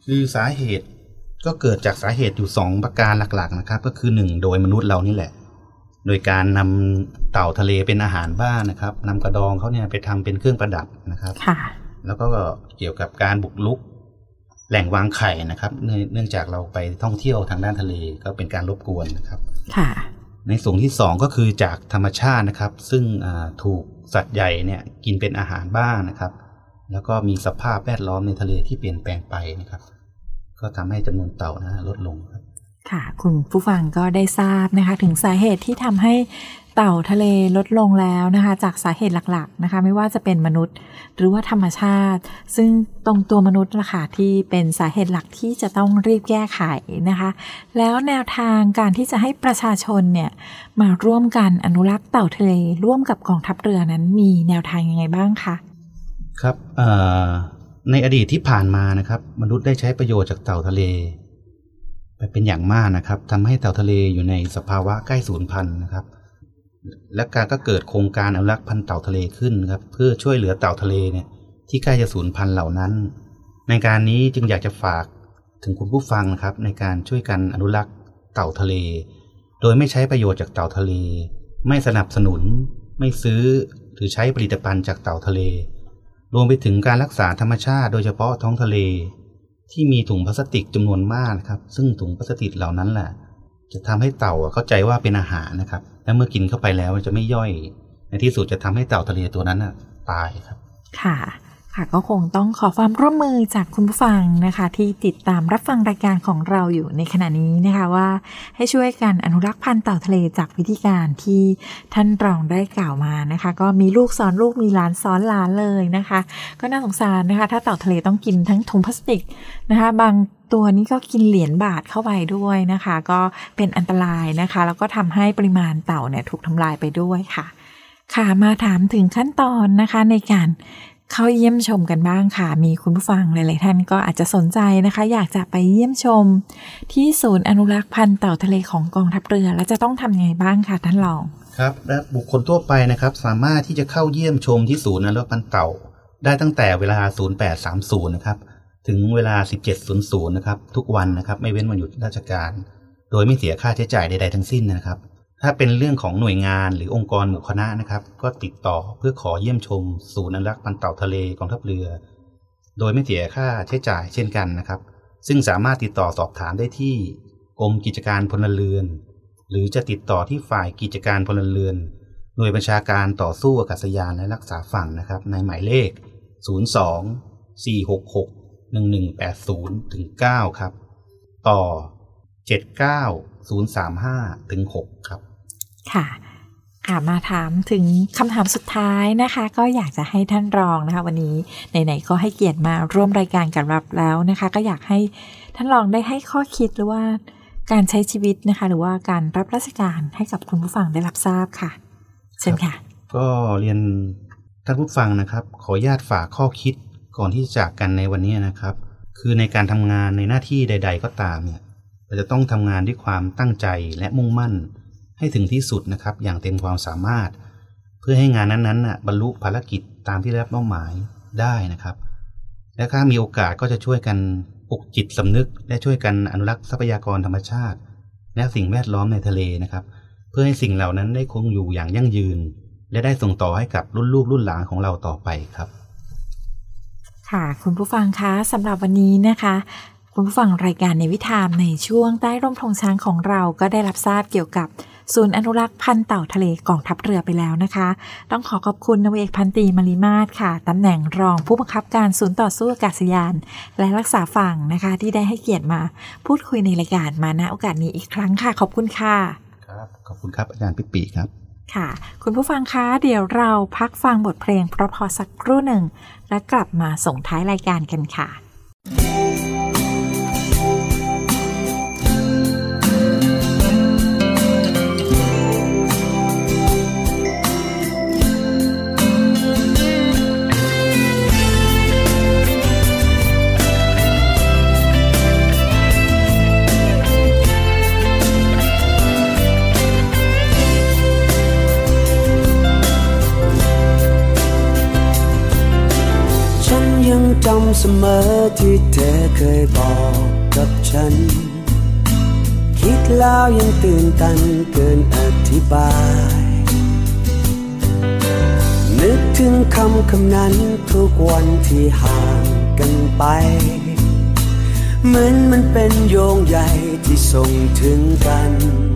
คือสาเหตุก็เกิดจากสาเหตุอยู่สองประการหลักๆนะครับก็คือหนึ่งโดยมนุษย์เรานี่แหละโดยการนำเต่าทะเลเป็นอาหารบ้านนะครับนำกระดองเขาเนี่ยไปทำเป็นเครื่องประดับนะครับค่ะแล้วก็เกี่ยวกับการบุกรุกแหล่งวางไข่นะครับเนื่องจากเราไปท่องเที่ยวทางด้านทะเลก็เป็นการรบกวนนะครับค่ะในส่วนที่สองก็คือจากธรรมชาตินะครับซึ่งถูกสัตว์ใหญ่เนี่ยกินเป็นอาหารบ้างนะครับแล้วก็มีสภาพแวดล้อมในทะเลที่เปลี่ยนแปลงไปนะครับก็ทำให้จำนวนเต่านะลดลงครับค่ะคุณผู้ฟังก็ได้ทราบนะคะถึงสาเหตุที่ทำให้เต่าทะเลลดลงแล้วนะคะจากสาเหตุหลักๆนะคะไม่ว่าจะเป็นมนุษย์หรือว่าธรรมชาติซึ่งตรงตัวมนุษย์ล่ะค่ะที่เป็นสาเหตุหลักที่จะต้องรีบแก้ไขนะคะแล้วแนวทางการที่จะให้ประชาชนเนี่ยมาร่วมกันอนุรักษ์เต่าทะเลร่วมกับกองทัพเรือนั้นมีแนวทางยังไงบ้างคะครับในอดีตที่ผ่านมานะครับมนุษย์ได้ใช้ประโยชน์จากเต่าทะเลไปเป็นอย่างมากนะครับทำให้เต่าทะเลอยู่ในสภาวะใกล้สูญพันธุ์นะครับและการก็เกิดโครงการอนุรักษ์พันธุ์เต่าทะเลขึ้นครับเพื่อช่วยเหลือเต่าทะเลเนี่ยที่ใกล้จะสูญพันธุ์เหล่านั้นในการนี้จึงอยากจะฝากถึงคุณผู้ฟังนะครับในการช่วยกันอนุรักษ์เต่าทะเลโดยไม่ใช้ประโยชน์จากเต่าทะเลไม่สนับสนุนไม่ซื้อหรือใช้ผลิตภัณฑ์จากเต่าทะเลรวมไปถึงการรักษาธรรมชาติโดยเฉพาะท้องทะเลที่มีถุงพลาสติกจำนวนมากครับซึ่งถุงพลาสติกเหล่านั้นแหละจะทำให้เต่าเข้าใจว่าเป็นอาหารนะครับและเมื่อกินเข้าไปแล้วจะไม่ย่อยในที่สุดจะทำให้เต่าทะเลตัวนั้นตายครับค่ะค่ะก็คงต้องขอความร่วมมือจากคุณผู้ฟังนะคะที่ติดตามรับฟังรายการของเราอยู่ในขณะนี้นะคะว่าให้ช่วยกันอนุรักษ์พันธุ์เต่าทะเลจากวิธีการที่ท่านรองได้กล่าวมานะคะก็มีลูกซ้อนลูกมีหลานซ้อนหลานเลยนะคะก็น่าสงสารนะคะถ้าเต่าทะเลต้องกินทั้งถุงพลาสติกนะคะบางตัวนี้ก็กินเหรียญบาทเข้าไปด้วยนะคะก็เป็นอันตรายนะคะแล้วก็ทำให้ปริมาณเต่าเนี่ยถูกทำลายไปด้วยค่ะค่ะมาถามถึงขั้นตอนนะคะในการเข้าเยี่ยมชมกันบ้างค่ะมีคุณผู้ฟังหลายๆท่านก็อาจจะสนใจนะคะอยากจะไปเยี่ยมชมที่ศูนย์อนุรักษ์พันธุ์เต่าทะเลของกองทัพเรือแล้วจะต้องทำยังไงบ้างค่ะท่านรองครับและบุคคลทั่วไปนะครับสามารถที่จะเข้าเยี่ยมชมที่ศูนย์อนุรักษ์พันธุ์เต่าได้ตั้งแต่เวลา ศูนย์แปดสามศูนย์ นะครับถึงเวลา สิบเจ็ดศูนย์ศูนย์ นะครับทุกวันนะครับไม่เว้นวันหยุดราชการโดยไม่เสียค่าใช้จ่ายใดๆทั้งสิ้นนะครับถ้าเป็นเรื่องของหน่วยงานหรือองค์กรหมู่คณะนะครับก็ติดต่อเพื่อขอเยี่ยมชมศูนย์อนุรักษ์พันธุ์เต่าทะเลกองทัพเรือโดยไม่เสียค่าใช้จ่ายเช่นกันนะครับซึ่งสามารถติดต่อสอบถามได้ที่กรมกิจการพลเรือนหรือจะติดต่อที่ฝ่ายกิจการพลเรือนหน่วยบัญชาการต่อสู้อากาศยานและรักษาฝั่งนะครับในหมายเลขศูนย์ สอง สี่ หก หก หนึ่ง หนึ่ง แปด ศูนย์ ถึง เก้าครับต่อเจ็ด เก้า ศูนย์ สาม ห้า ถึง หกครับค่ะค่ะมาถามถึงคำถามสุดท้ายนะคะก็อยากจะให้ท่านรองนะคะวันนี้ไหนๆก็ให้เกียรติมาร่วมรายการกับเราแล้วนะคะก็อยากให้ท่านรองได้ให้ข้อคิดหรือว่าการใช้ชีวิตนะคะหรือว่าการรับราชการให้กับคุณผู้ฟังได้รับทราบค่ะเชิญค่ะก็เรียนท่านผู้ฟังนะครับขออนุญาตฝากข้อคิดก่อนที่จะจากกันในวันนี้นะครับคือในการทำงานในหน้าที่ใดๆก็ตามเนี่ยเราจะต้องทำงานด้วยความตั้งใจและมุ่งมั่นให้ถึงที่สุดนะครับอย่างเต็มความสามารถเพื่อให้งานนั้นๆน่ะบรรลุภารกิจตามที่ได้รับมอบหมายได้นะครับและถ้ามีโอกาสก็จะช่วยกันปลุกจิตสำนึกและช่วยกันอนุรักษ์ทรัพยากรธรรมชาติและสิ่งแวดล้อมในทะเลนะครับเพื่อให้สิ่งเหล่านั้นได้คงอยู่อย่างยั่งยืนและได้ส่งต่อให้กับรุ่นลูกรุ่นหลานของเราต่อไปครับค่ะคุณผู้ฟังคะสำหรับวันนี้นะคะคุณผู้ฟังรายการในวิถีในช่วงใต้ร่มธงช้างของเราก็ได้รับทราบเกี่ยวกับศูนย์อนุรักษ์พันธุ์เต่าทะเลกองทัพเรือไปแล้วนะคะต้องขอขอบคุณนาวาเอกพันตรีมาริมาศค่ะตำแหน่งรองผู้บังคับการศูนย์ต่อสู้อากาศยานและรักษาฝั่งนะคะที่ได้ให้เกียรติมาพูดคุยในรายการมาณโอกาสนี้อีกครั้งค่ะขอบคุณค่ะครับขอบคุณครับอาจารย์ปิ๊ปีครับค่ะคุณผู้ฟังคะเดี๋ยวเราพักฟังบทเพลงเพราะพอสักครู่หนึ่งและกลับมาส่งท้ายรายการกันค่ะยยังจำเสมอที่เธอเคยบอกกับฉันคิดแล้วยังตื่นตันเกินอธิบายนึกถึงคำคำนั้นทุกวันที่ห่างกันไปเหมือนมันเป็นโยงใยที่ส่งถึงกัน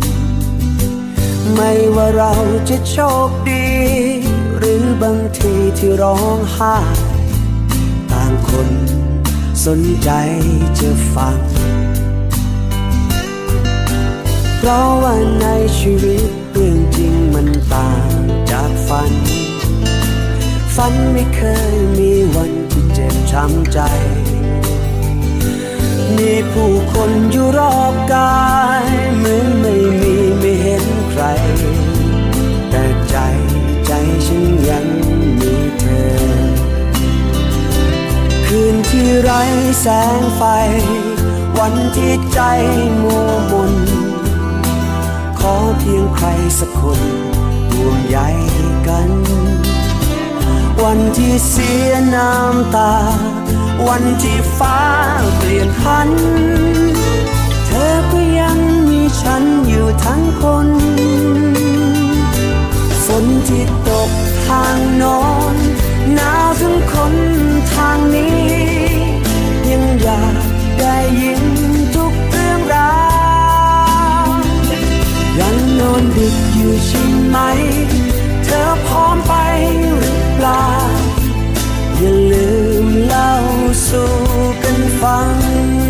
ไม่ว่าเราจะโชคดีหรือบางทีที่ร้องไห้ต่างคนสนใจจะฟังเพราะว่าในชีวิตเรื่องจริงมันต่างจากฝันฝันไม่เคยมีวันที่เจ็บช้ำใจมีผู้คนอยู่รอบกายเหมือนไม่มีไม่เห็นใครแต่ใจใจฉันยังมีเธอคืนที่ไร้แสงไฟวันที่ใจมัวมนขอเพียงใครสักคนห่วงใยกันวันที่เสียน้ำตาวันที่ฟ้าเปลี่ยนพันเธอก็ยังมีฉันอยู่ทั้งคนฝนที่ตกทางโน้นหนาวทั้งคนทางนี้ยังอยากได้ยินทุกเรื่องราวยังนอนดึกอยู่ใช่ไหมเธอพร้อมไปหรือเปล่าอย่าลืมเล่าสู่กันฟัง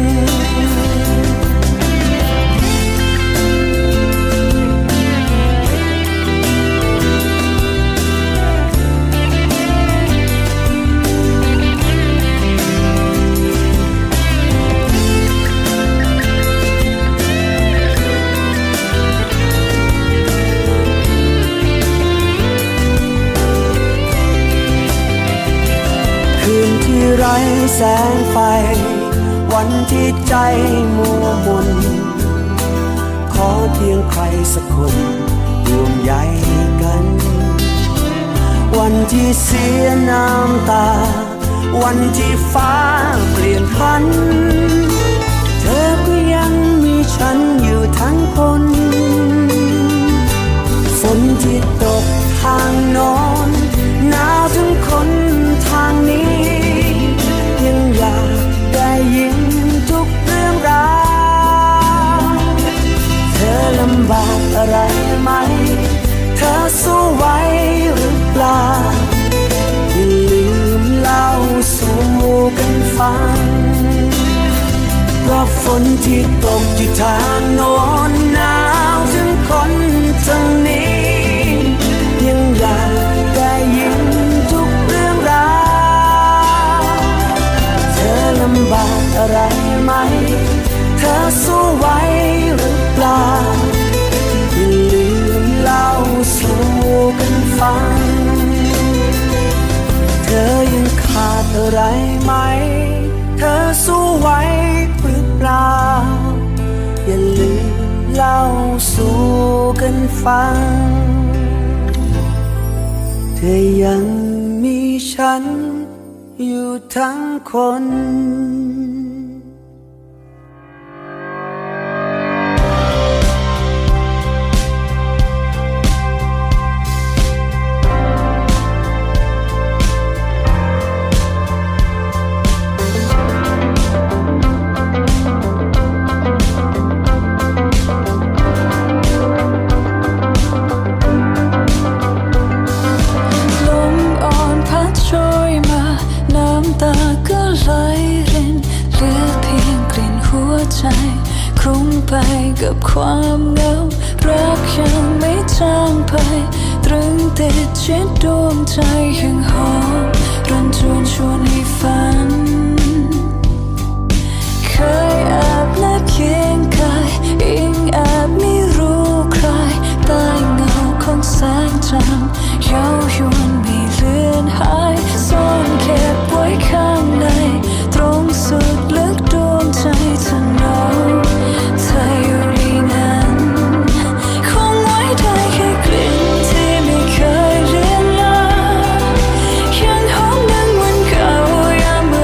ไร้แสงไฟวันที่ใจมัวมนขอเพียงใครสักคนห่วงใยกันวันที่เสียน้ำตาวันที่ฟ้าเปลี่ยนพันเธอก็ยังมีฉันอยู่ทั้งคนฝนที่ตกทางโน้นหนาวทั้งคนทางนี้ยังอยากได้ยินทุกเรื่องราวเธอลำบากอะไรไหมเธอสู้ไหวหรือเปล่าอย่าลืมเล่าสู่กันฟังเพราะฝนที่ตกอยู่ทางโน้นหนาวถึงคนทางนี้ยังอยากได้ยินทุกเรื่องราวเธอลำบากอะไรไหมเธอสู้ไหวหรือเปล่าอย่าลืมเล่าสู่กันฟังเธอยังขาดอะไรไหมเธอสู้ไหวหรือเปล่าอย่าลืมเล่าสู่กันฟังเธอยังมีฉันอยู่ทั้งคนไปกับความเหงารักยังไม่จางไปตรึงติดชิดดวงใจยังหอมรันจวนชวนให้ฝันเคยแอบและเคียงกายยิ่งแอบไม่รู้ใครใต้เงาของแสงจันทร์เย้ายวนไม่เลือนหายซ่อนเก็บไว้ข้างในตรงสุดลึกดวงใจเธอหนาวเธออยู่ในนั้นคงไว้ได้แค่กลิ่นที่ไม่เคยเลือนลางยังหอมดังวันเก่ายามเมื่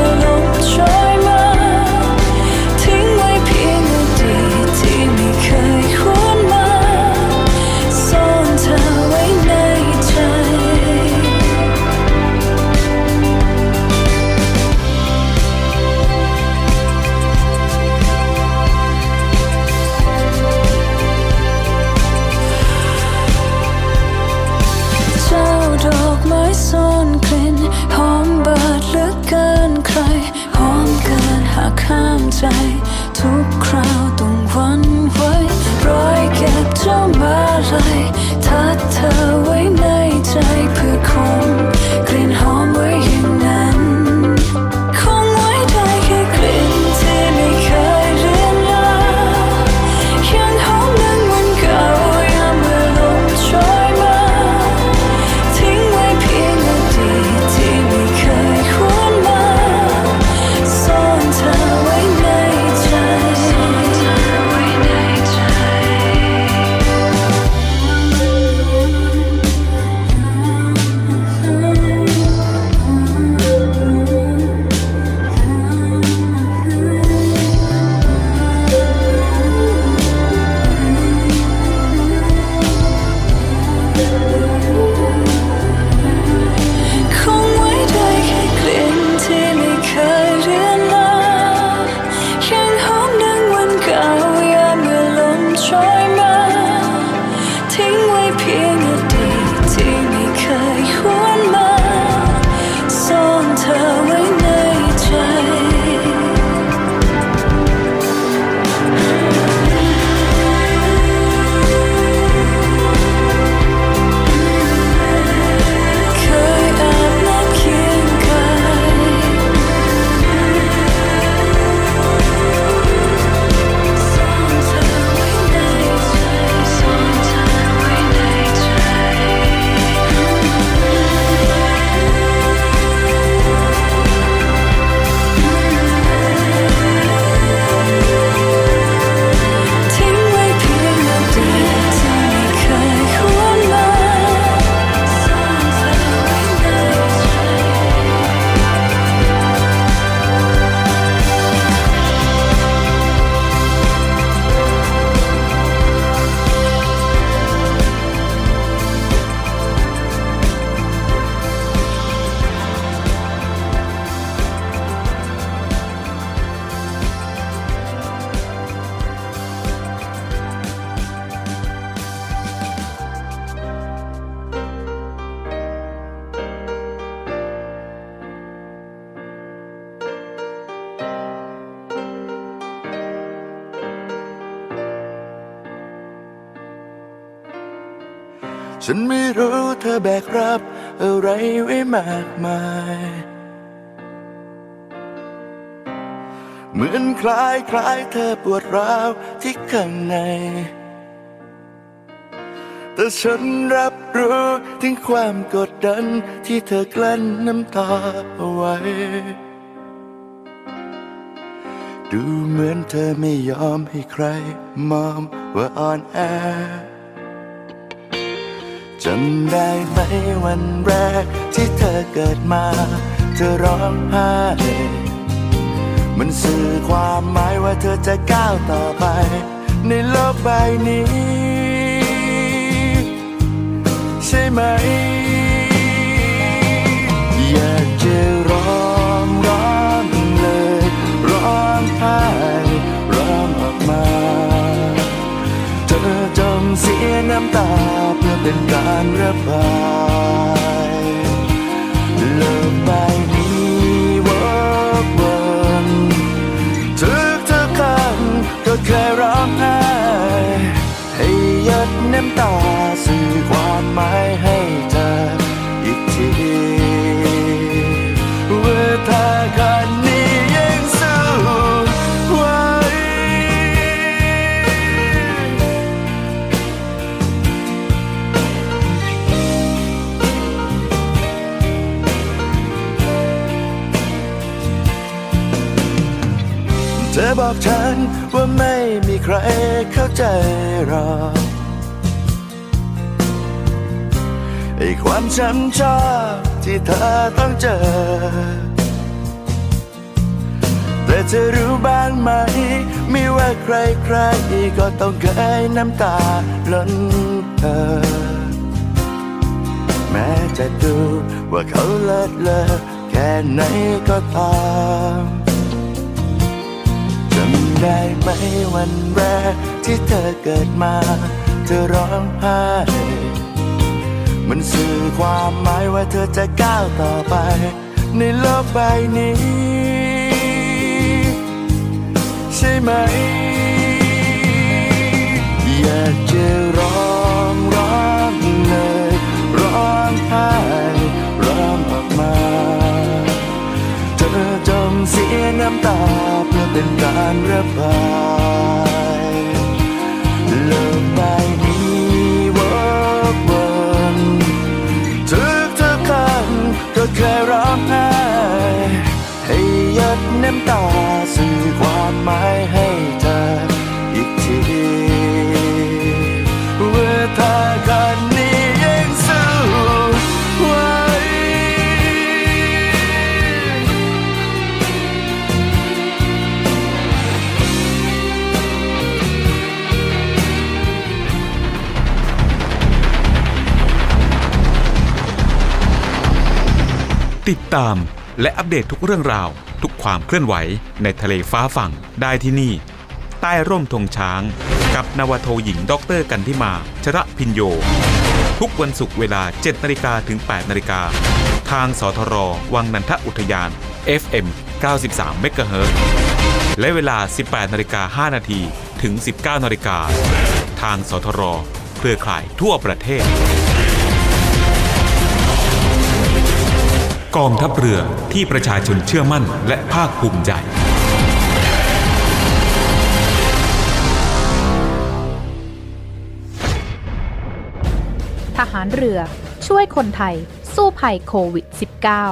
เธอไว้ในใจเพื่อคงกลิ่นหอมไว้อย่างนั้นคงไว้ได้แค่กลิ่นที่ไม่เคยเลือนลางยังหอมดังวันเก่ายามเมื่อลมโชยมาทิ้งไว้เพียงอดีตที่ไม่เคยหวนมาซ่อนเธอไว้ในใจซ่อนเธอไว้ในใจคงไว้ได้แค่กลิ่นที่ไม่เคยเลือนลางยังหอมดังวันเก่ายามเมื่อลมโชยมาทิ้งไว้เพียงอดีตที่ไม่เคยหวนมาซ่อนเธอไว้ในใจเคยแอบนั่งเคียงกายซ่อนเธอไว้ในใจซ่อนเธอไว้ในใจทิ้งไว้เพียงอดีตที่ไม่เคยหวนมาซ่อนเธอไว้ในใจฉันไม่รู้เธอแบกรับอะไรไว้มากมายเหมือนคล้ายคล้ายเธอปวดร้าวที่ข้างในแต่ฉันรับรู้ถึงความกดดันที่เธอกลั้นน้ำตาเอาไว้ดูเหมือนเธอไม่ยอมให้ใครมองว่าอ่อนแอจำได้ไหมวันแรกที่เธอเกิดมาเธอร้องไห้มันสื่อความหมายว่าเธอจะก้าวต่อไปในโลกใบนี้ใช่ไหมอยากจะร้องร้องเลยร้องไห้ร้องออกมาเธอจงเสียน้ำตาเพื่อเป็นการระบายโลกใบนี้วกวนทุกทุกครั้งก็เคยร้องไห้ให้หยดน้ำตาสื่อความหมายให้เธออีกทีว่าถ้าการนี้ยังสู้ไว้เธอบอกฉันว่าไม่มีใครเข้าใจหรอกไอ้ความช้ำชอกที่เธอต้องเจอแต่เธอรู้บ้างไหมไม่ว่าใครใครก็ต้องเคยน้ำตาล้นเธอแม้จะดูว่าเขาเลิศเลอแค่ไหนก็ตามจำได้ไหมวันแรกที่เธอเกิดมาเธอร้องไห้มันสื่อความหมายว่าเธอจะก้าวต่อไปในโลกใบนี้ใช่ไหมอยากจะร้องร้องเลยอจงเสียน้ำตาเพื่อเป็นการระบายโลกใบนี้วกวนทุกทุกครั้งก็เคยร้องไห้ให้หยดน้ำตาสื่อความหมายให้เธออีกทีว่าถ้ากันนี้ยังสู้ไว้ติดตามและอัปเดตทุกเรื่องราวทุกความเคลื่อนไหวในทะเลฟ้าฝั่งได้ที่นี่ใต้ร่มธงช้างกับนาวาโทหญิงดร.กันธิมาชระพิญโยทุกวันศุกร์เวลา เจ็ดนาฬิกา ถึง แปดนาฬิกาทางสทรวังนันทอุทยาน เอฟ เอ็ม เก้าสิบสาม เมกะเฮิรตซ์และเวลา สิบแปดนาฬิกาห้านาที ถึง สิบเก้านาฬิกาทางสทรเครือข่ายทั่วประเทศกองทัพเรือที่ประชาชนเชื่อมั่นและภาคภูมิใจทหารเรือช่วยคนไทยสู้ภัยโควิด สิบเก้า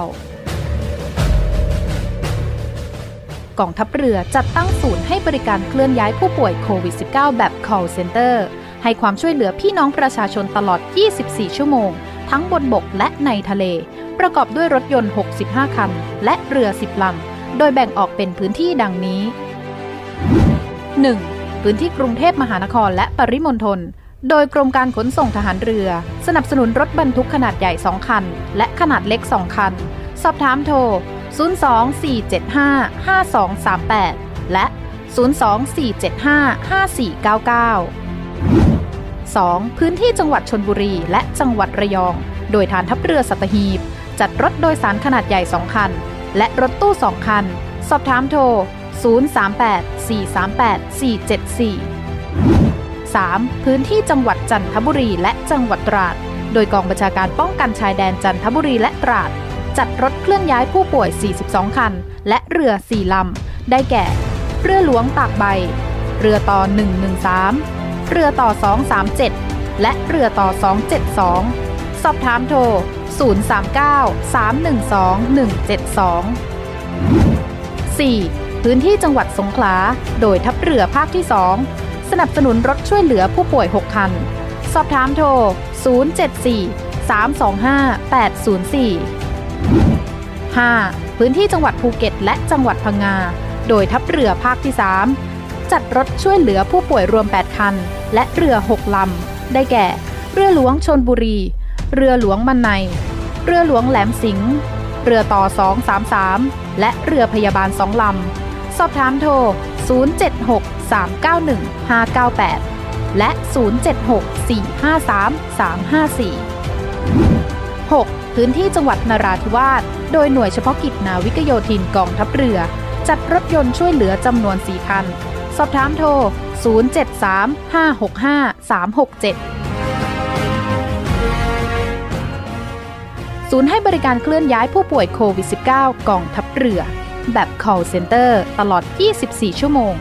กองทัพเรือจัดตั้งศูนย์ให้บริการเคลื่อนย้ายผู้ป่วยโควิด สิบเก้า แบบ call center ให้ความช่วยเหลือพี่น้องประชาชนตลอด ยี่สิบสี่ ชั่วโมงทั้งบนบกและในทะเลประกอบด้วยรถยนต์ หกสิบห้า คันและเรือ สิบ ลำโดยแบ่งออกเป็นพื้นที่ดังนี้ หนึ่ง พื้นที่กรุงเทพมหานครและปริมณฑลโดยกรมการขนส่งทหารเรือสนับสนุนรถบรรทุกขนาดใหญ่ สอง คันและขนาดเล็ก สอง คันสอบถามโทร ศูนย์ สอง สี่ เจ็ด ห้า ห้า สอง สาม แปด และ ศูนย์ สอง สี่ เจ็ด ห้า ห้า สี่ เก้า เก้า สอง พื้นที่จังหวัดชลบุรีและจังหวัดระยองโดยฐานทัพเรือสัตหีบจัดรถโดยสารขนาดใหญ่ สอง คันและรถตู้ สอง คันสอบถามโทร ศูนย์ สาม แปด สี่ สาม แปด สี่ เจ็ด สี่ สาม พื้นที่จังหวัดจันทบุรีและจังหวัดตราดโดยกองบัญชาการป้องกันชายแดนจันทบุรีและตราดจัดรถเคลื่อนย้ายผู้ป่วย สี่สิบสอง คันและเรือ สี่ ลำได้แก่เรือหลวงตากใบเรือต่อ หนึ่ง หนึ่ง สาม เรือต่อ สอง สาม เจ็ด และเรือต่อ สอง เจ็ด สอง สอบถามโทร ศูนย์ สาม เก้า สาม หนึ่ง สอง หนึ่ง เจ็ด สอง สี่ พื้นที่จังหวัดสงขลาโดยทัพเรือภาคที่ สองสนับสนุนรถช่วยเหลือผู้ป่วย หก คันสอบถามโทร ศูนย์ เจ็ด สี่ สาม สอง ห้า แปด ศูนย์ สี่ ห้า พื้นที่จังหวัดภูเก็ตและจังหวัดพังงาโดยทัพเรือภาคที่ สามจัดรถช่วยเหลือผู้ป่วยรวม แปด คันและเรือ หก ลำได้แก่เรือหลวงชลบุรีเรือหลวงมันในเรือหลวงแหลมสิงห์เรือต่อ สอง สาม สาม และเรือพยาบาล สอง ลำสอบถามโทร ศูนย์ เจ็ด หก สาม เก้า หนึ่ง ห้า เก้า แปด และ ศูนย์ เจ็ด หก สี่ ห้า สาม สาม ห้า สี่ หก พื้นที่จังหวัดนราธิวาสโดยหน่วยเฉพาะกิจนาวิกโยธินกองทัพเรือจัดรถยนต์ช่วยเหลือจำนวน สี่ คันสอบถามโทร ศูนย์ เจ็ด สาม ห้า หก ห้า สาม หก เจ็ด ศูนย์ให้บริการเคลื่อนย้ายผู้ป่วยโควิด สิบเก้า กองทัพเรือแบบ call center ตลอด ยี่สิบสี่ ชั่วโมง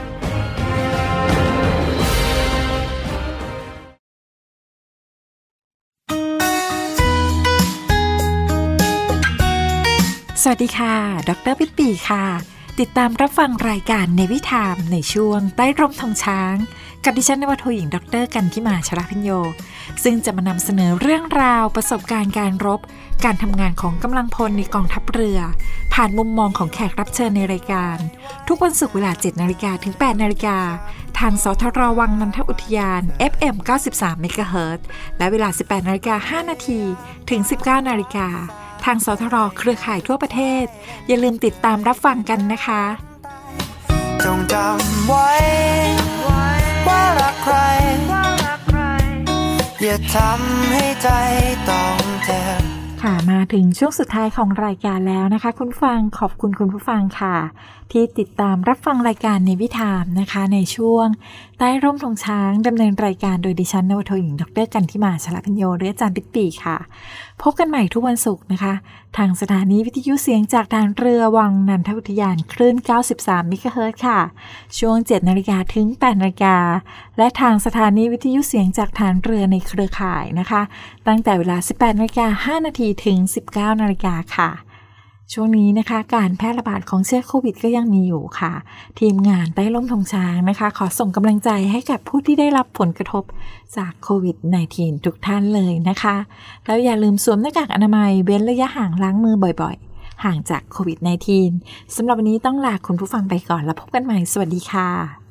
สวัสดีค่ะดร.ปิ๊ปปี้ค่ะติดตามรับฟังรายการเนวิทามในช่วงใต้ร่มธงช้างกับดิฉันนวโทหญิงดร.กันธิมาชลพิญโยซึ่งจะมานำเสนอเรื่องราวประสบการณ์การรบการทำงานของกำลังพลในกองทัพเรือผ่านมุมมองของแขกรับเชิญในรายการทุกวันศุกร์เวลา เจ็ดนาฬิกา ถึง แปดนาฬิกาทางสทรวังนันทอุทยาน เอฟ เอ็ม เก้าสิบสาม เมกะเฮิรตซ์และเวลา สิบแปดนาฬิกาห้านาที ถึง สิบเก้านาฬิกาทางสทรเครือข่ายทั่วประเทศอย่าลืมติดตามรับฟังกันนะคะจงจำไว้ว่ารักใครอย่าทำให้ใจต้องเจ็บคค่ะมาถึงช่วงสุดท้ายของรายการแล้วนะคะคุณผู้ฟังขอบคุณคุณผู้ฟังค่ะที่ติดตามรับฟังรายการในวิถามนะคะในช่วงใต้ร่มธงช้างดำเนินรายการโดยดิฉันนวโทหญิงดรกันธิมาชลพิญโยหรืออาจารย์ปิ๊กปีค่ะพบกันใหม่ทุกวันศุกร์นะคะทางสถานีวิทยุเสียงจากฐานเรือวังนันทอุทยานคลื่นเก้าสิบสามเมกะเฮิรตซ์ค่ะช่วง เจ็ดนาฬิกา ถึง แปดนาฬิกาและทางสถานีวิทยุเสียงจากฐานเรือในเครือข่ายนะคะตั้งแต่เวลา สิบแปดนาฬิกาห้านาที ถึง สิบเก้านาฬิกาค่ะช่วงนี้นะคะการแพร่ระบาดของเชื้อโควิดก็ยังมีอยู่ค่ะทีมงานใต้ร่มธงช้างนะคะขอส่งกำลังใจให้กับผู้ที่ได้รับผลกระทบจากโควิด สิบเก้า ทุกท่านเลยนะคะแล้วอย่าลืมสวมหน้ากากอนามัยเว้นระยะห่างล้างมือบ่อยๆห่างจากโควิด สิบเก้า สำหรับวันนี้ต้องลาคุณผู้ฟังไปก่อนแล้วพบกันใหม่สวัสดีค่ะ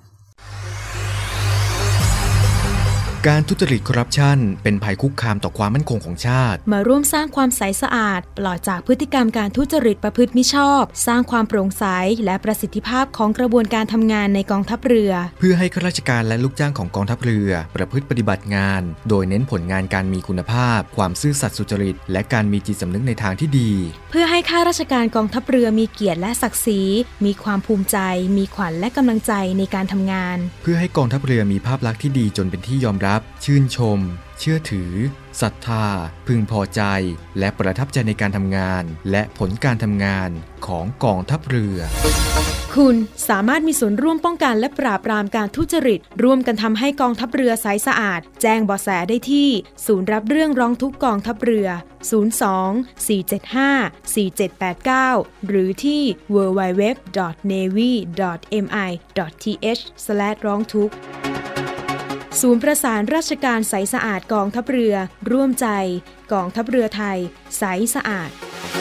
การทุจริตคอร์รัปชันเป็นภัยคุกคามต่อความมั่นคงของชาติมาร่วมสร้างความใสสะอาดปลอดจากพฤติกรรมการทุจริตประพฤติมิชอบสร้างความโปร่งใสและประสิทธิภาพของกระบวนการทำงานในกองทัพเรือเพื่อให้ข้าราชการและลูกจ้างของกองทัพเรือประพฤติปฏิบัติงานโดยเน้นผลงานการมีคุณภาพความซื่อสัตย์สุจริตและการมีจิตสำนึกในทางที่ดีเพื่อให้ข้าราชการกองทัพเรือมีเกียรติและศักดิ์ศรีมีความภูมิใจมีขวัญและกำลังใจในการทำงานเพื่อให้กองทัพเรือมีภาพลักษณ์ที่ดีจนเป็นที่ยอมรับชื่นชมเชื่อถือศรัทธาพึงพอใจและประทับใจในการทำงานและผลการทำงานของกองทัพเรือคุณสามารถมีส่วนร่วมป้องกันและปราบปรามการทุจริตร่วมกันทำให้กองทัพเรือใสสะอาดแจ้งเบาะแสได้ที่ศูนย์รับเรื่องร้องทุกข์กองทัพเรือศูนย์ สอง สี่ เจ็ด ห้า สี่ เจ็ด แปด เก้าหรือที่ ดับเบิลยู ดับเบิลยู ดับเบิลยู ดอท เนวี ดอท เอ็ม ไอ ดอท ที เอช สแลช ร้องทุกข์ศูนย์ประสานราชการใสสะอาดกองทัพเรือร่วมใจกองทัพเรือไทยใสสะอาด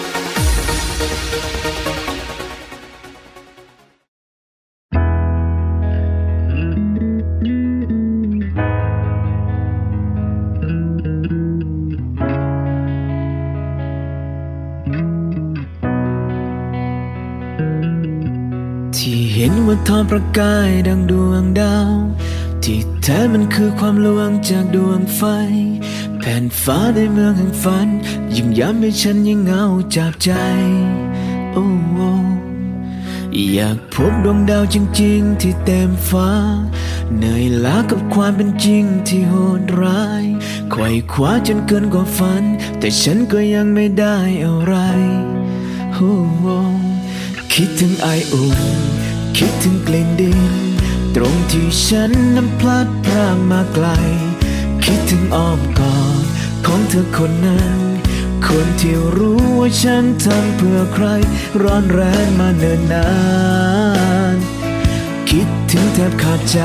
ที่เห็นว่าทอประกายดังดวงดาวที่แท้มันคือความลวงจากดวงไฟแผ่นฟ้าในเมืองแห่งฝันยิ่งย้ำให้ฉันยิ่งเหงาจับใจโอ้โอ้อยากพบดวงดาวจริงๆที่เต็มฟ้าเหนื่อยล้ากับความเป็นจริงที่โหดร้ายไขว่คว้าจนเกินกว่าฝันแต่ฉันก็ยังไม่ได้อะไรโอ้โอ้คิดถึงไออุ่นคิดถึงกลิ่นดินตรงที่ฉันนั้นพลัดพรากมาไกลคิดถึงอ้อมกอดของเธอคนนั้นคนที่รู้ว่าฉันทำเพื่อใครร้อนแรงมาเนิ่นนานคิดถึงแทบขาดใจ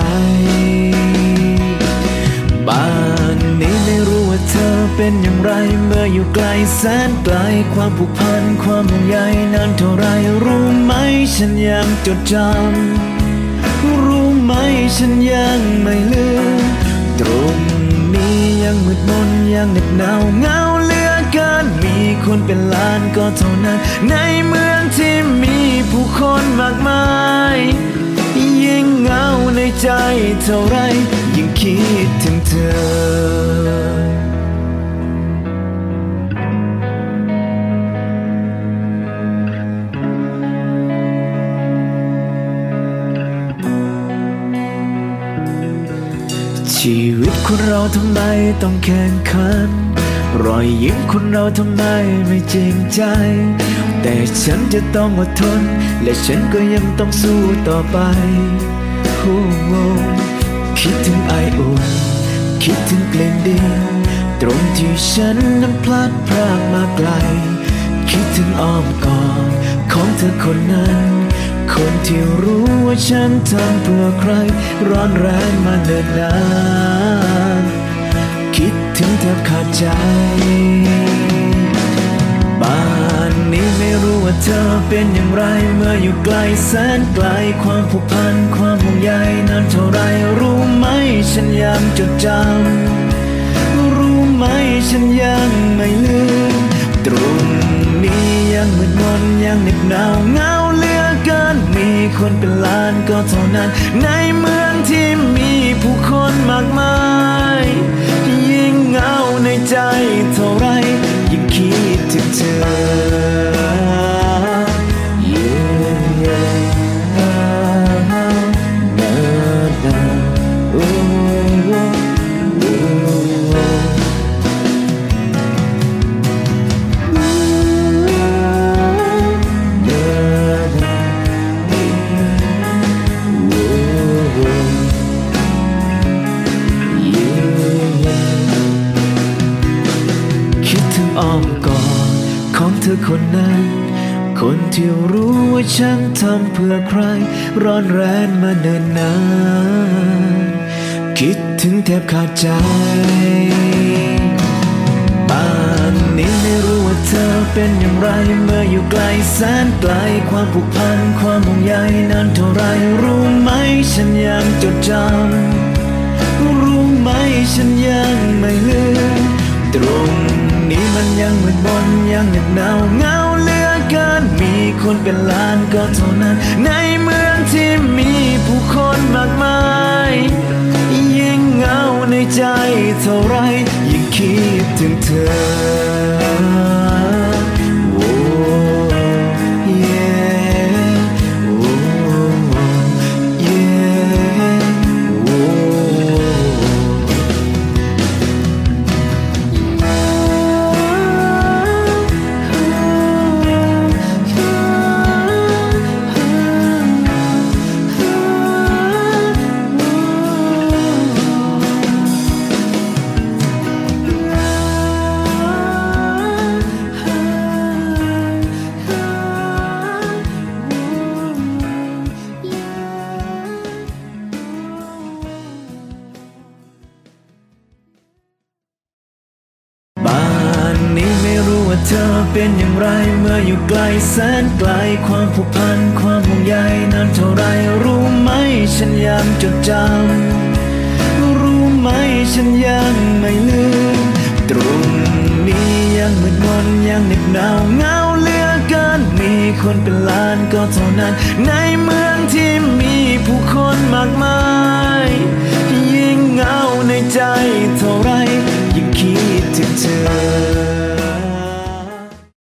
บ้านนี้ไม่รู้ว่าเธอเป็นอย่างไรเมื่ออยู่ไกลแสนไกลความผูกพันความห่วงใยนานเท่าไรรู้ไหมฉันยังจดจำรู้ไหมฉันยังไม่ลืมตรงนี้ยังมืดมนยังเหน็บหนาวเหงาเหลือเกินมีคนเป็นล้านก็เท่านั้นในเมืองที่มีผู้คนมากมายยิ่งเหงาในใจเท่าไรยิ่งคิดถึงเธอชีวิตคนเราทำไมต้องแข่งขันรอยยิ้มคนเราทำไมไม่จริงใจแต่ฉันจะต้องอดทนและฉันก็ยังต้องสู้ต่อไปโอ้โหคิดถึงไออุ่นคิดถึงกลิ่นดินตรงที่ฉันนั้นพลัดพรากมาไกลคิดถึงอ้อมกอดของเธอคนนั้นคนที่รู้ว่าฉันทำเพื่อใครร้อนแรงมาเนิ่นนานคิดถึงแทบขาดใจบ้านนี้ไม่รู้ว่าเธอเป็นอย่างไรเมื่ออยู่ไกลแสนไกลความผูกพันความห่วงใยนานเท่าไรรู้ไหมฉันยังจดจำรู้ไหมฉันยังไม่ลืมตรงนี้ยังมืดมนยังเหน็บหนาวเหงาเหลือเกินมีคนเป็นล้านก็เท่านั้นในเมืองที่มีผู้คนมากมายยิ่งเหงาในใจเท่าไรยิ่งคิดถึงเธอคนนั้นคนที่รู้ว่าฉันทำเพื่อใครร้อนแรงมาเนิ่นนานคิดถึงแทบขาดใจป่านนี้ไม่รู้ว่าเธอเป็นอย่างไรเมื่ออยู่ไกลแสนไกลความผูกพันความห่วงใยนั้นเท่าไรรู้ไหมฉันยังจดจำรู้ไหมฉันยังไม่ลืมตรงนี้มันยังมืดมนยังเหน็บหนาวเหงาเหลือเกินมีคนเป็นล้านก็เท่านั้นในเมืองที่มีผู้คนมากมายยิ่งเหงาในใจเท่าไรยิ่งคิดถึงเธอโอ้เย่โอ้เย่โอ้เธอเป็นอย่างไรเมื่ออยู่ไกลแสนไกลความผูกพันความห่วงใยนั้นเท่าไรรู้ไหมฉันยังจดจำรู้ไหมฉันยังไม่ลืมตรงนี้ยังมืดมนยังเหน็บหนาวเหงาเหลือเกินมีคนเป็นล้านก็เท่านั้นในเมืองที่มีผู้คนมากมายยิ่งเหงาในใจเท่าไร